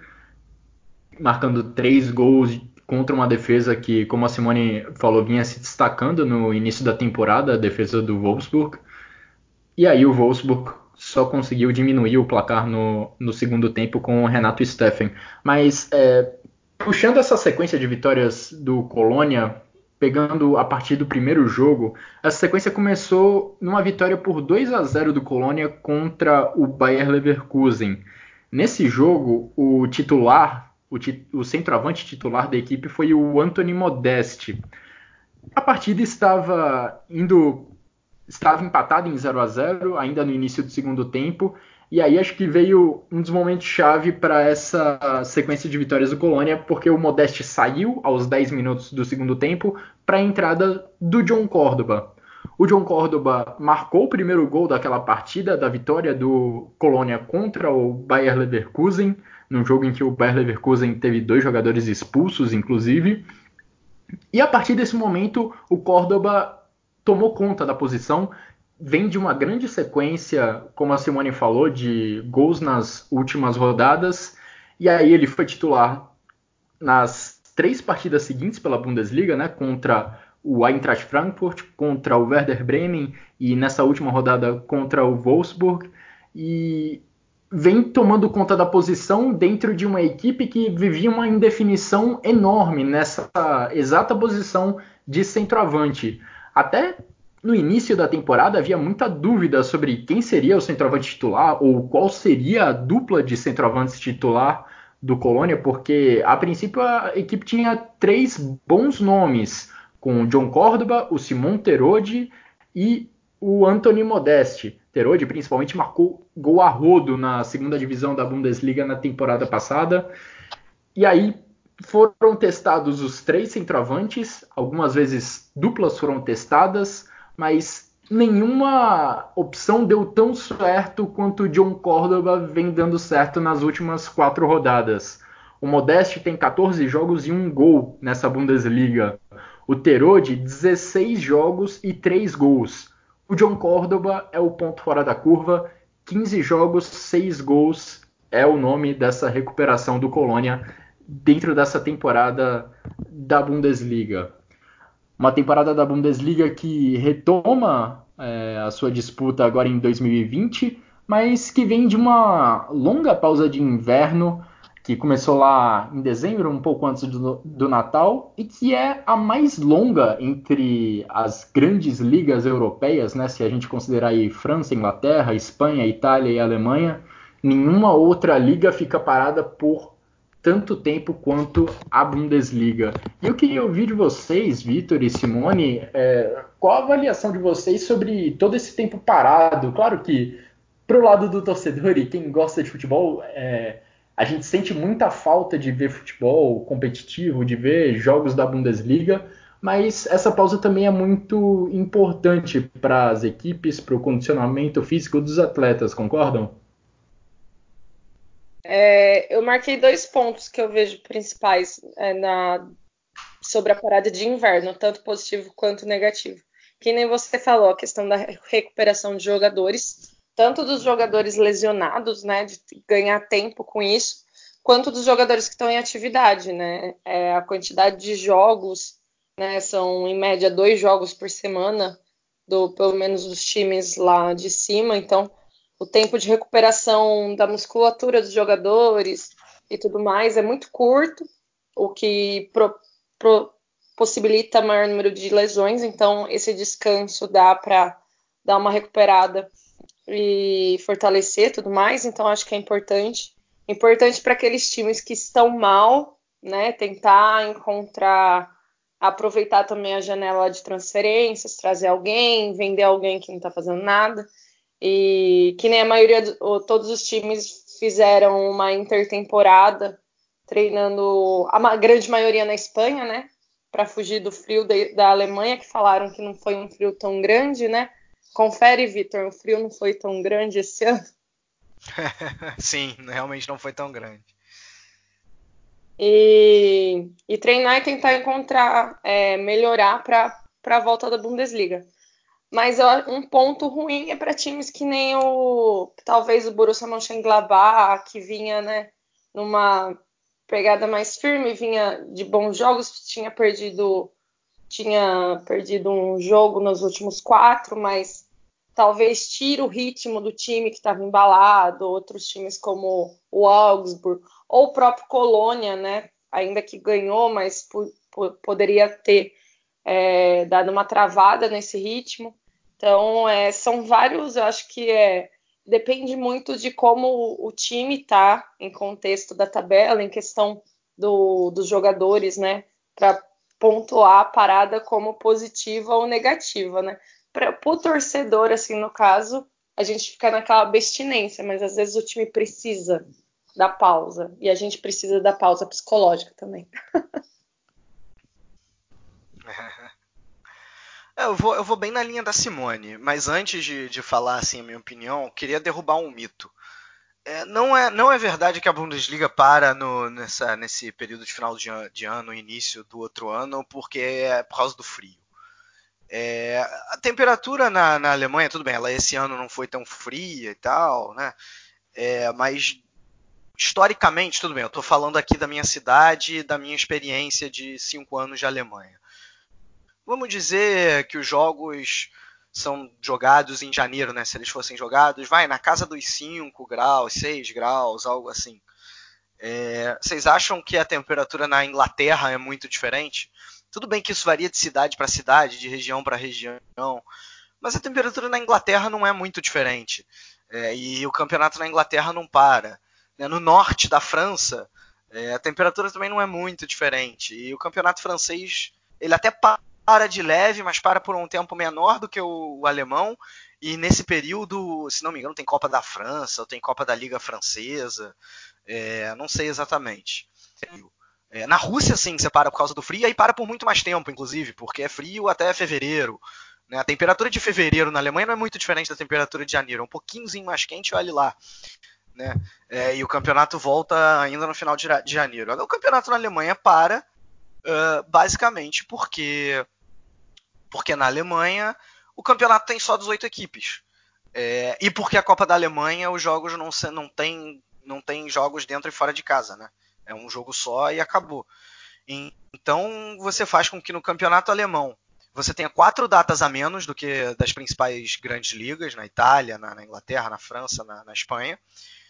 marcando três gols contra uma defesa que, como a Simone falou, vinha se destacando no início da temporada, a defesa do Wolfsburg. E aí o Wolfsburg só conseguiu diminuir o placar no, no segundo tempo com o Renato Steffen. Mas, é, puxando essa sequência de vitórias do Colônia, pegando a partir do primeiro jogo, essa sequência começou numa vitória por dois a zero do Colônia contra o Bayer Leverkusen. Nesse jogo, o titular, o, tit- o centroavante titular da equipe foi o Anthony Modeste. A partida estava indo estava empatado em zero a zero, ainda no início do segundo tempo, e aí acho que veio um dos momentos chave para essa sequência de vitórias do Colônia, porque o Modeste saiu aos dez minutos do segundo tempo para a entrada do John Córdoba. O John Córdoba marcou o primeiro gol daquela partida, da vitória do Colônia contra o Bayer Leverkusen, num jogo em que o Bayer Leverkusen teve dois jogadores expulsos, inclusive. E a partir desse momento, o Córdoba tomou conta da posição, vem de uma grande sequência, como a Simone falou, de gols nas últimas rodadas, e aí ele foi titular nas três partidas seguintes pela Bundesliga, né, contra o Eintracht Frankfurt, contra o Werder Bremen e nessa última rodada contra o Wolfsburg, e vem tomando conta da posição dentro de uma equipe que vivia uma indefinição enorme nessa exata posição de centroavante. Até no início da temporada havia muita dúvida sobre quem seria o centroavante titular ou qual seria a dupla de centroavantes titular do Colônia, porque a princípio a equipe tinha três bons nomes, com o John Córdoba, o Simon Terodde e o Anthony Modeste. Terodde principalmente marcou gol a rodo na segunda divisão da Bundesliga na temporada passada. E aí foram testados os três centroavantes, algumas vezes duplas foram testadas, mas nenhuma opção deu tão certo quanto o John Córdoba vem dando certo nas últimas quatro rodadas. O Modeste tem catorze jogos e um gol nessa Bundesliga. O Terodde, dezesseis jogos e três gols. O John Córdoba é o ponto fora da curva, quinze jogos, seis gols, é o nome dessa recuperação do Colônia dentro dessa temporada da Bundesliga. Uma temporada da Bundesliga que retoma é, a sua disputa agora em dois mil e vinte, mas que vem de uma longa pausa de inverno, que começou lá em dezembro, um pouco antes do, do Natal, e que é a mais longa entre as grandes ligas europeias, né? Se a gente considerar aí França, Inglaterra, Espanha, Itália e Alemanha, nenhuma outra liga fica parada por tanto tempo quanto a Bundesliga. E eu queria ouvir de vocês, Vitor e Simone, é, qual a avaliação de vocês sobre todo esse tempo parado? Claro que, pro lado do torcedor e quem gosta de futebol, é, a gente sente muita falta de ver futebol competitivo, de ver jogos da Bundesliga, mas essa pausa também é muito importante para as equipes, para o condicionamento físico dos atletas, concordam? É, eu marquei dois pontos que eu vejo principais é, na, sobre a parada de inverno, tanto positivo quanto negativo. Que nem você falou, a questão da recuperação de jogadores, tanto dos jogadores lesionados, né, de ganhar tempo com isso, quanto dos jogadores que estão em atividade, né? É, a quantidade de jogos, né, são em média dois jogos por semana, do, pelo menos dos times lá de cima, então o tempo de recuperação da musculatura dos jogadores e tudo mais é muito curto, o que pro, pro, possibilita maior número de lesões, então esse descanso dá para dar uma recuperada e fortalecer tudo mais, então acho que é importante. Importante para aqueles times que estão mal, né, tentar encontrar, aproveitar também a janela de transferências, trazer alguém, vender alguém que não está fazendo nada. E que nem a maioria, todos os times fizeram uma intertemporada treinando, a grande maioria na Espanha, né? para fugir do frio de, da Alemanha, que falaram que não foi um frio tão grande, né? Confere, Vitor, o frio não foi tão grande esse ano. Sim, realmente não foi tão grande. E, e treinar e tentar encontrar, é, melhorar para a volta da Bundesliga. Mas um ponto ruim é para times que nem o, talvez o Borussia Mönchengladbach, que vinha, né, numa pegada mais firme, vinha de bons jogos, tinha perdido, tinha perdido um jogo nos últimos quatro, mas talvez tire o ritmo do time que estava embalado, outros times como o Augsburg, ou o próprio Colônia, né, ainda que ganhou, mas por, por, poderia ter é, dado uma travada nesse ritmo. Então, é, são vários, eu acho que é, depende muito de como o time está em contexto da tabela, em questão do, dos jogadores, né? Para pontuar a parada como positiva ou negativa, né? Para o torcedor, assim, no caso, a gente fica naquela abstinência, mas às vezes o time precisa da pausa. E a gente precisa da pausa psicológica também. Eu vou, eu vou bem na linha da Simone, mas antes de, de falar assim a minha opinião, eu queria derrubar um mito. É, não, é, não é verdade que a Bundesliga para no, nessa, nesse período de final de, an- de ano, início do outro ano, porque é por causa do frio. É, a temperatura na, na Alemanha, tudo bem, ela esse ano não foi tão fria e tal, né? É, mas historicamente, tudo bem, eu estou falando aqui da minha cidade e da minha experiência de cinco anos de Alemanha. Vamos dizer que os jogos são jogados em janeiro, né? Se eles fossem jogados, vai na casa dos cinco graus, seis graus, algo assim. É, vocês acham que a temperatura na Inglaterra é muito diferente? Tudo bem que isso varia de cidade para cidade, de região para região, mas a temperatura na Inglaterra não é muito diferente. É, e o campeonato na Inglaterra não para. Né? No norte da França, é, a temperatura também não é muito diferente. E o campeonato francês, ele até para de leve, mas para por um tempo menor do que o, o alemão. E nesse período, se não me engano, tem Copa da França, ou tem Copa da Liga Francesa. É, não sei exatamente. É, na Rússia, sim, você para por causa do frio, e aí para por muito mais tempo, inclusive, porque é frio até fevereiro. Né? A temperatura de fevereiro na Alemanha não é muito diferente da temperatura de janeiro, é um pouquinhozinho mais quente, olha lá. Né? É, e o campeonato volta ainda no final de, de janeiro. O campeonato na Alemanha para, uh, basicamente, porque, porque na Alemanha o campeonato tem só dezoito equipes. É, e porque a Copa da Alemanha, os jogos não, não, tem, não tem jogos dentro e fora de casa, né? É um jogo só e acabou. Então você faz com que no campeonato alemão você tenha quatro datas a menos do que das principais grandes ligas, na Itália, na, na Inglaterra, na França, na, na Espanha.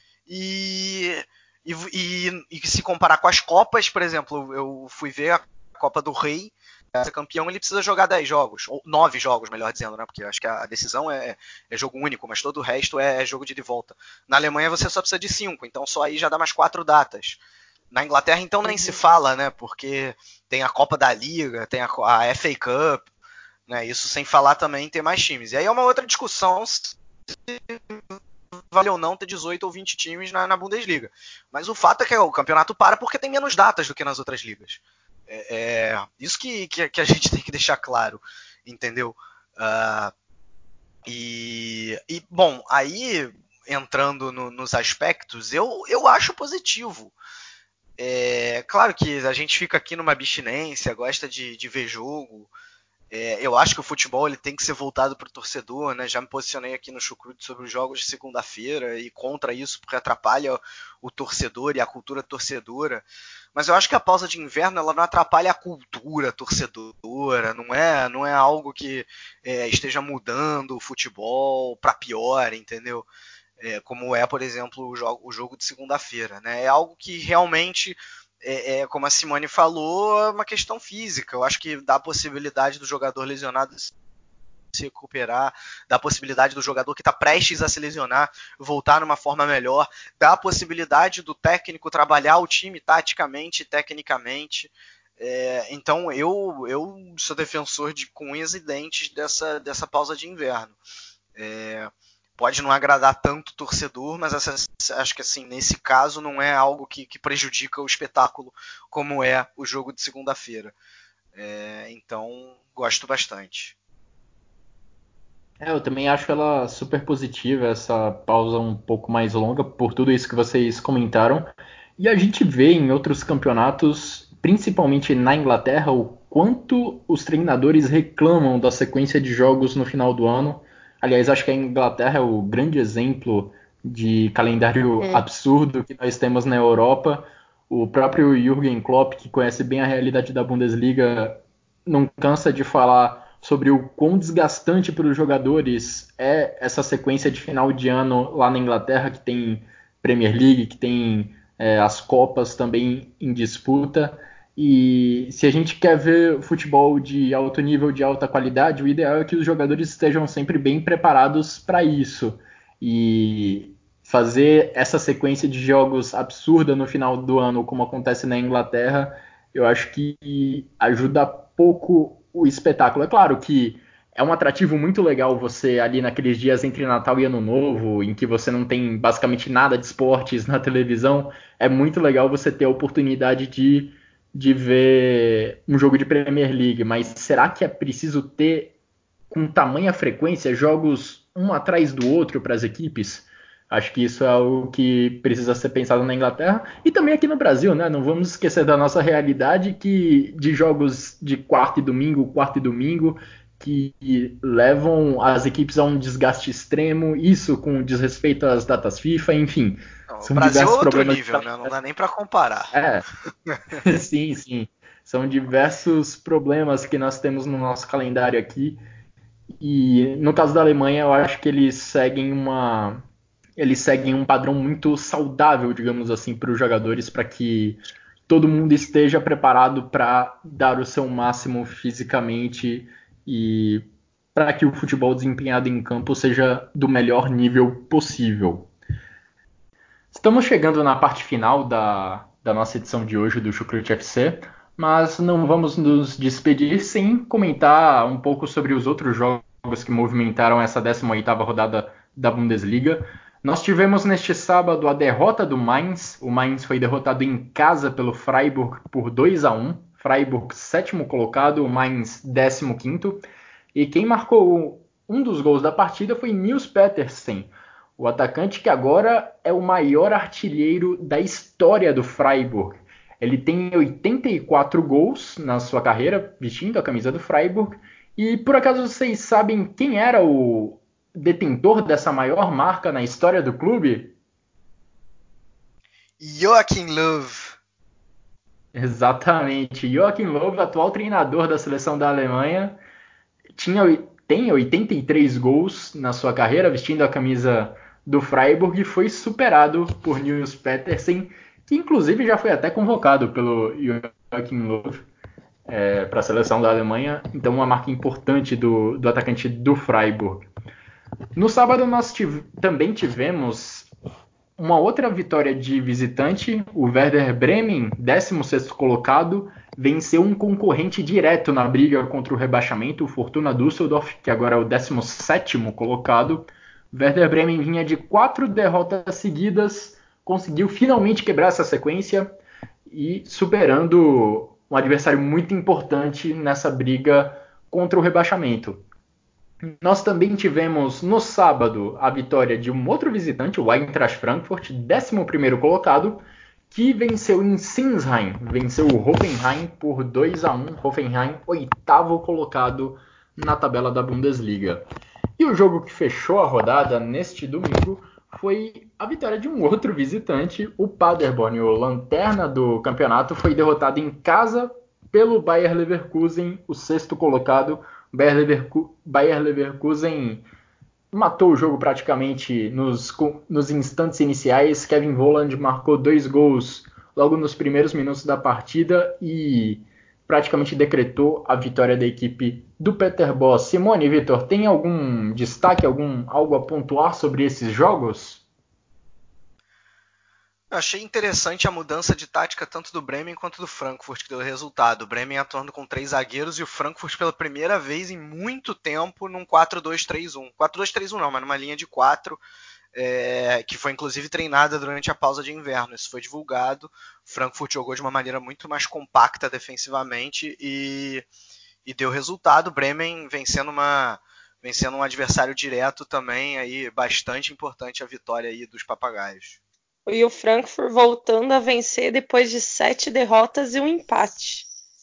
E, e, e, e se comparar com as Copas, por exemplo, eu fui ver a Copa do Rei, ser campeão, ele precisa jogar dez jogos, ou nove jogos, melhor dizendo, né? Porque eu acho que a decisão é, é jogo único, mas todo o resto é, é jogo de ida e volta. Na Alemanha você só precisa de cinco, então só aí já dá mais quatro datas. Na Inglaterra, então, nem uhum. se fala, né? Porque tem a Copa da Liga, tem a, a F A Cup, né? Isso sem falar também ter mais times. E aí é uma outra discussão se vale ou não ter dezoito ou vinte times na, na Bundesliga. Mas o fato é que o campeonato para porque tem menos datas do que nas outras ligas. É, é isso que, que, que a gente tem que deixar claro, entendeu? Uh, e, e, bom, aí, entrando no, nos aspectos, eu, eu acho positivo. É, claro que a gente fica aqui numa abstinência, gosta de, de ver jogo. É, eu acho que o futebol ele tem que ser voltado para o torcedor, né? Já me posicionei aqui no Chucrute sobre os jogos de segunda-feira e contra isso, porque atrapalha o torcedor e a cultura torcedora. Mas eu acho que a pausa de inverno ela não atrapalha a cultura torcedora, não é, não é algo que é, esteja mudando o futebol para pior, entendeu? É, como é, por exemplo, o jogo, o jogo de segunda-feira. Né? É algo que realmente, é, é, como a Simone falou, é uma questão física. Eu acho que dá a possibilidade do jogador lesionado se recuperar, dá a possibilidade do jogador que está prestes a se lesionar voltar numa forma melhor, dá a possibilidade do técnico trabalhar o time taticamente e tecnicamente. É, então eu, eu sou defensor de com unhas e dentes dessa, dessa pausa de inverno. É, pode não agradar tanto o torcedor, mas essa, acho que assim, nesse caso não é algo que, que prejudica o espetáculo como é o jogo de segunda-feira. É, então, gosto bastante. É, eu também acho ela super positiva, essa pausa um pouco mais longa, por tudo isso que vocês comentaram. E a gente vê em outros campeonatos, principalmente na Inglaterra, o quanto os treinadores reclamam da sequência de jogos no final do ano. Aliás, acho que a Inglaterra é o grande exemplo de calendário Hum. absurdo que nós temos na Europa. O próprio Jürgen Klopp, que conhece bem a realidade da Bundesliga, não cansa de falar sobre o quão desgastante para os jogadores é essa sequência de final de ano lá na Inglaterra, que tem Premier League, que tem é, as Copas também em disputa. E se a gente quer ver futebol de alto nível, de alta qualidade, o ideal é que os jogadores estejam sempre bem preparados para isso. E fazer essa sequência de jogos absurda no final do ano, como acontece na Inglaterra, eu acho que ajuda pouco o espetáculo. É claro que é um atrativo muito legal você ali naqueles dias entre Natal e Ano Novo, em que você não tem basicamente nada de esportes na televisão, é muito legal você ter a oportunidade de, de ver um jogo de Premier League, mas será que é preciso ter com tamanha frequência jogos um atrás do outro para as equipes? Acho que isso é algo que precisa ser pensado na Inglaterra e também aqui no Brasil, né? Não vamos esquecer da nossa realidade que de jogos de quarta e domingo, quarta e domingo, que levam as equipes a um desgaste extremo, isso com desrespeito às datas FIFA, enfim. Não, o São Brasil é diversos outro problemas. nível, né? Não dá nem para comparar. É, sim, sim. São diversos problemas que nós temos no nosso calendário aqui. E no caso da Alemanha, eu acho que eles seguem uma eles seguem um padrão muito saudável, digamos assim, para os jogadores, para que todo mundo esteja preparado para dar o seu máximo fisicamente e para que o futebol desempenhado em campo seja do melhor nível possível. Estamos chegando na parte final da, da nossa edição de hoje do Chucrute F C, mas não vamos nos despedir sem comentar um pouco sobre os outros jogos que movimentaram essa décima oitava rodada da Bundesliga. Nós tivemos neste sábado a derrota do Mainz. O Mainz foi derrotado em casa pelo Freiburg por dois a um. Freiburg, sétimo colocado, o Mainz, décimo quinto. E quem marcou um dos gols da partida foi Nils Petersen, o atacante que agora é o maior artilheiro da história do Freiburg. Ele tem oitenta e quatro gols na sua carreira, vestindo a camisa do Freiburg. E por acaso vocês sabem quem era o detentor dessa maior marca na história do clube? Joachim Löw. Exatamente. Joachim Löw, atual treinador da seleção da Alemanha, tinha, tem oitenta e três gols na sua carreira, vestindo a camisa do Freiburg, e foi superado por Nils Petersen, que inclusive já foi até convocado pelo Joachim Löw é, para a seleção da Alemanha, então uma marca importante do, do atacante do Freiburg. No sábado nós tiv- também tivemos uma outra vitória de visitante, o Werder Bremen, décimo sexto colocado, venceu um concorrente direto na briga contra o rebaixamento, o Fortuna Düsseldorf, que agora é o décimo sétimo colocado. O Werder Bremen vinha de quatro derrotas seguidas, conseguiu finalmente quebrar essa sequência e superando um adversário muito importante nessa briga contra o rebaixamento. Nós também tivemos no sábado a vitória de um outro visitante, o Eintracht Frankfurt, décimo primeiro colocado, que venceu em Sinsheim, venceu o Hoffenheim por dois a um, Hoffenheim oitavo colocado na tabela da Bundesliga. E o jogo que fechou a rodada neste domingo foi a vitória de um outro visitante, o Paderborn, o lanterna do campeonato, foi derrotado em casa pelo Bayer Leverkusen, o sexto colocado. Bayer, Leverku- Bayer Leverkusen matou o jogo praticamente nos, nos instantes iniciais. Kevin Volland marcou dois gols logo nos primeiros minutos da partida e praticamente decretou a vitória da equipe do Peter Bosz. Simone e Vitor, tem algum destaque, algum, algo a pontuar sobre esses jogos? Eu achei interessante a mudança de tática tanto do Bremen quanto do Frankfurt, que deu resultado. O Bremen atuando com três zagueiros e o Frankfurt pela primeira vez em muito tempo num quatro dois três um. quatro dois três um não, mas numa linha de quatro. é, que foi inclusive treinada durante a pausa de inverno. Isso foi divulgado. O Frankfurt jogou de uma maneira muito mais compacta defensivamente e, e deu resultado. O Bremen vencendo, uma, vencendo um adversário direto também, aí, bastante importante a vitória aí dos papagaios. E o Frankfurt voltando a vencer depois de sete derrotas e um empate.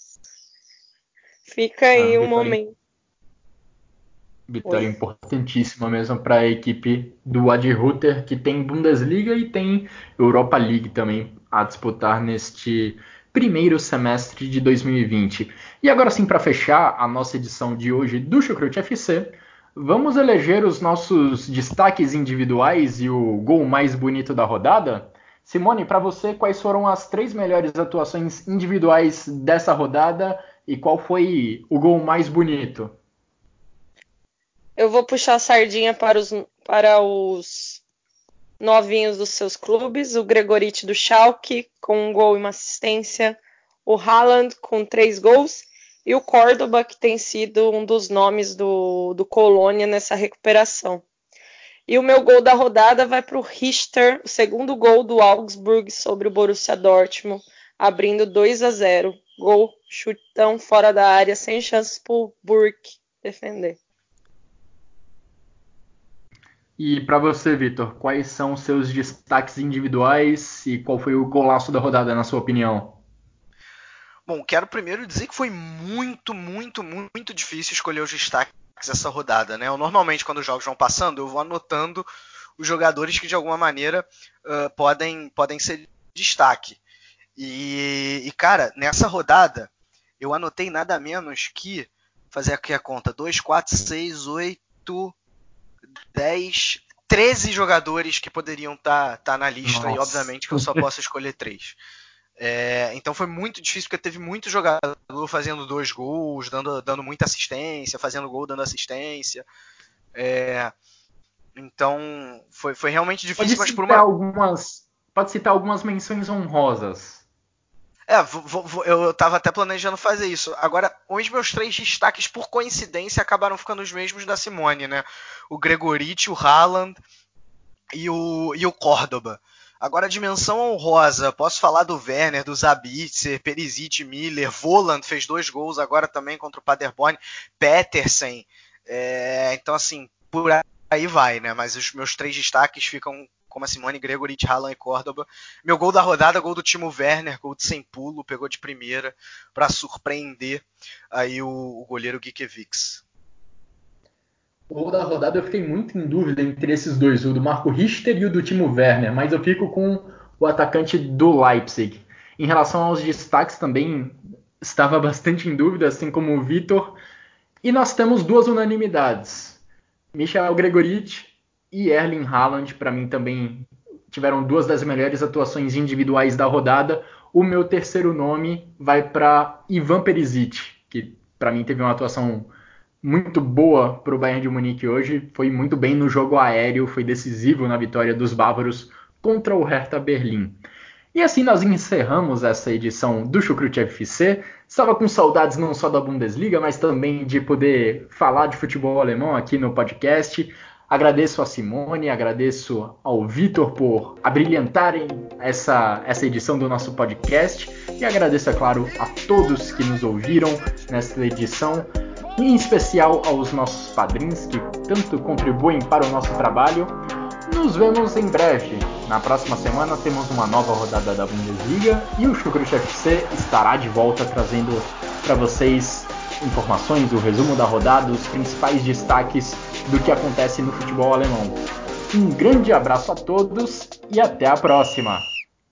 Fica aí ah, um momento. Vitória Oi. Importantíssima mesmo para a equipe do Adi Hütter, que tem Bundesliga e tem Europa League também a disputar neste primeiro semestre de dois mil e vinte. E agora sim, para fechar a nossa edição de hoje do Chucrute F C, vamos eleger os nossos destaques individuais e o gol mais bonito da rodada? Simone, para você, quais foram as três melhores atuações individuais dessa rodada e qual foi o gol mais bonito? Eu vou puxar a sardinha para os, para os novinhos dos seus clubes. O Gregoritsch do Schalke com um gol e uma assistência. O Haaland com três gols. E o Córdoba, que tem sido um dos nomes do, do Colônia nessa recuperação. E o meu gol da rodada vai para o Richter, o segundo gol do Augsburg sobre o Borussia Dortmund, abrindo dois a zero. Gol, chutão fora da área, sem chances para o Burke defender. E para você, Vitor, quais são os seus destaques individuais e qual foi o golaço da rodada, na sua opinião? Bom, quero primeiro dizer que foi muito, muito, muito difícil escolher os destaques dessa rodada, né? Eu, normalmente, quando os jogos vão passando, eu vou anotando os jogadores que, de alguma maneira, uh, podem, podem ser destaque. E, e, cara, nessa rodada, eu anotei nada menos que, fazer aqui a conta, dois, quatro, seis, oito... dez, treze jogadores que poderiam estar tá, tá na lista. Nossa. E obviamente que eu só posso escolher três. É, então foi muito difícil porque teve muito jogador fazendo dois gols, dando, dando muita assistência, fazendo gol, dando assistência. É, então foi, foi realmente difícil. Pode mas por citar uma... algumas, pode citar algumas menções honrosas. É, vou, vou, eu tava até planejando fazer isso. Agora, os meus três destaques, por coincidência, acabaram ficando os mesmos da Simone, né? O Gregoritsch, o Haaland e o, e o Córdoba. Agora, a dimensão honrosa, posso falar do Werner, do Sabitzer, Perisic, Miller, Voland fez dois gols agora também contra o Paderborn, Petersen. É, então, assim, por aí vai, né? Mas os meus três destaques ficam como a Simone, Gregoritsch, Haaland e Córdoba. Meu gol da rodada, gol do Timo Werner, gol de sem pulo, pegou de primeira para surpreender aí o, o goleiro Gikiewicz. O gol da rodada eu fiquei muito em dúvida entre esses dois, o do Marco Richter e o do Timo Werner, mas eu fico com o atacante do Leipzig. Em relação aos destaques também estava bastante em dúvida, assim como o Vitor, e nós temos duas unanimidades. Michael Gregoritsch e Erling Haaland, para mim, também tiveram duas das melhores atuações individuais da rodada. O meu terceiro nome vai para Ivan Perisic, que para mim teve uma atuação muito boa para o Bayern de Munique hoje. Foi muito bem no jogo aéreo, foi decisivo na vitória dos bávaros contra o Hertha Berlim. E assim nós encerramos essa edição do Chucrute F C. Estava com saudades não só da Bundesliga, mas também de poder falar de futebol alemão aqui no podcast. Agradeço a Simone, agradeço ao Vitor por abrilhantarem essa, essa edição do nosso podcast. E agradeço, é claro, a todos que nos ouviram nesta edição. E em especial aos nossos padrinhos que tanto contribuem para o nosso trabalho. Nos vemos em breve. Na próxima semana temos uma nova rodada da Bundesliga e o Chucrute F C estará de volta trazendo para vocês informações, o resumo da rodada, os principais destaques do que acontece no futebol alemão. Um grande abraço a todos e até a próxima!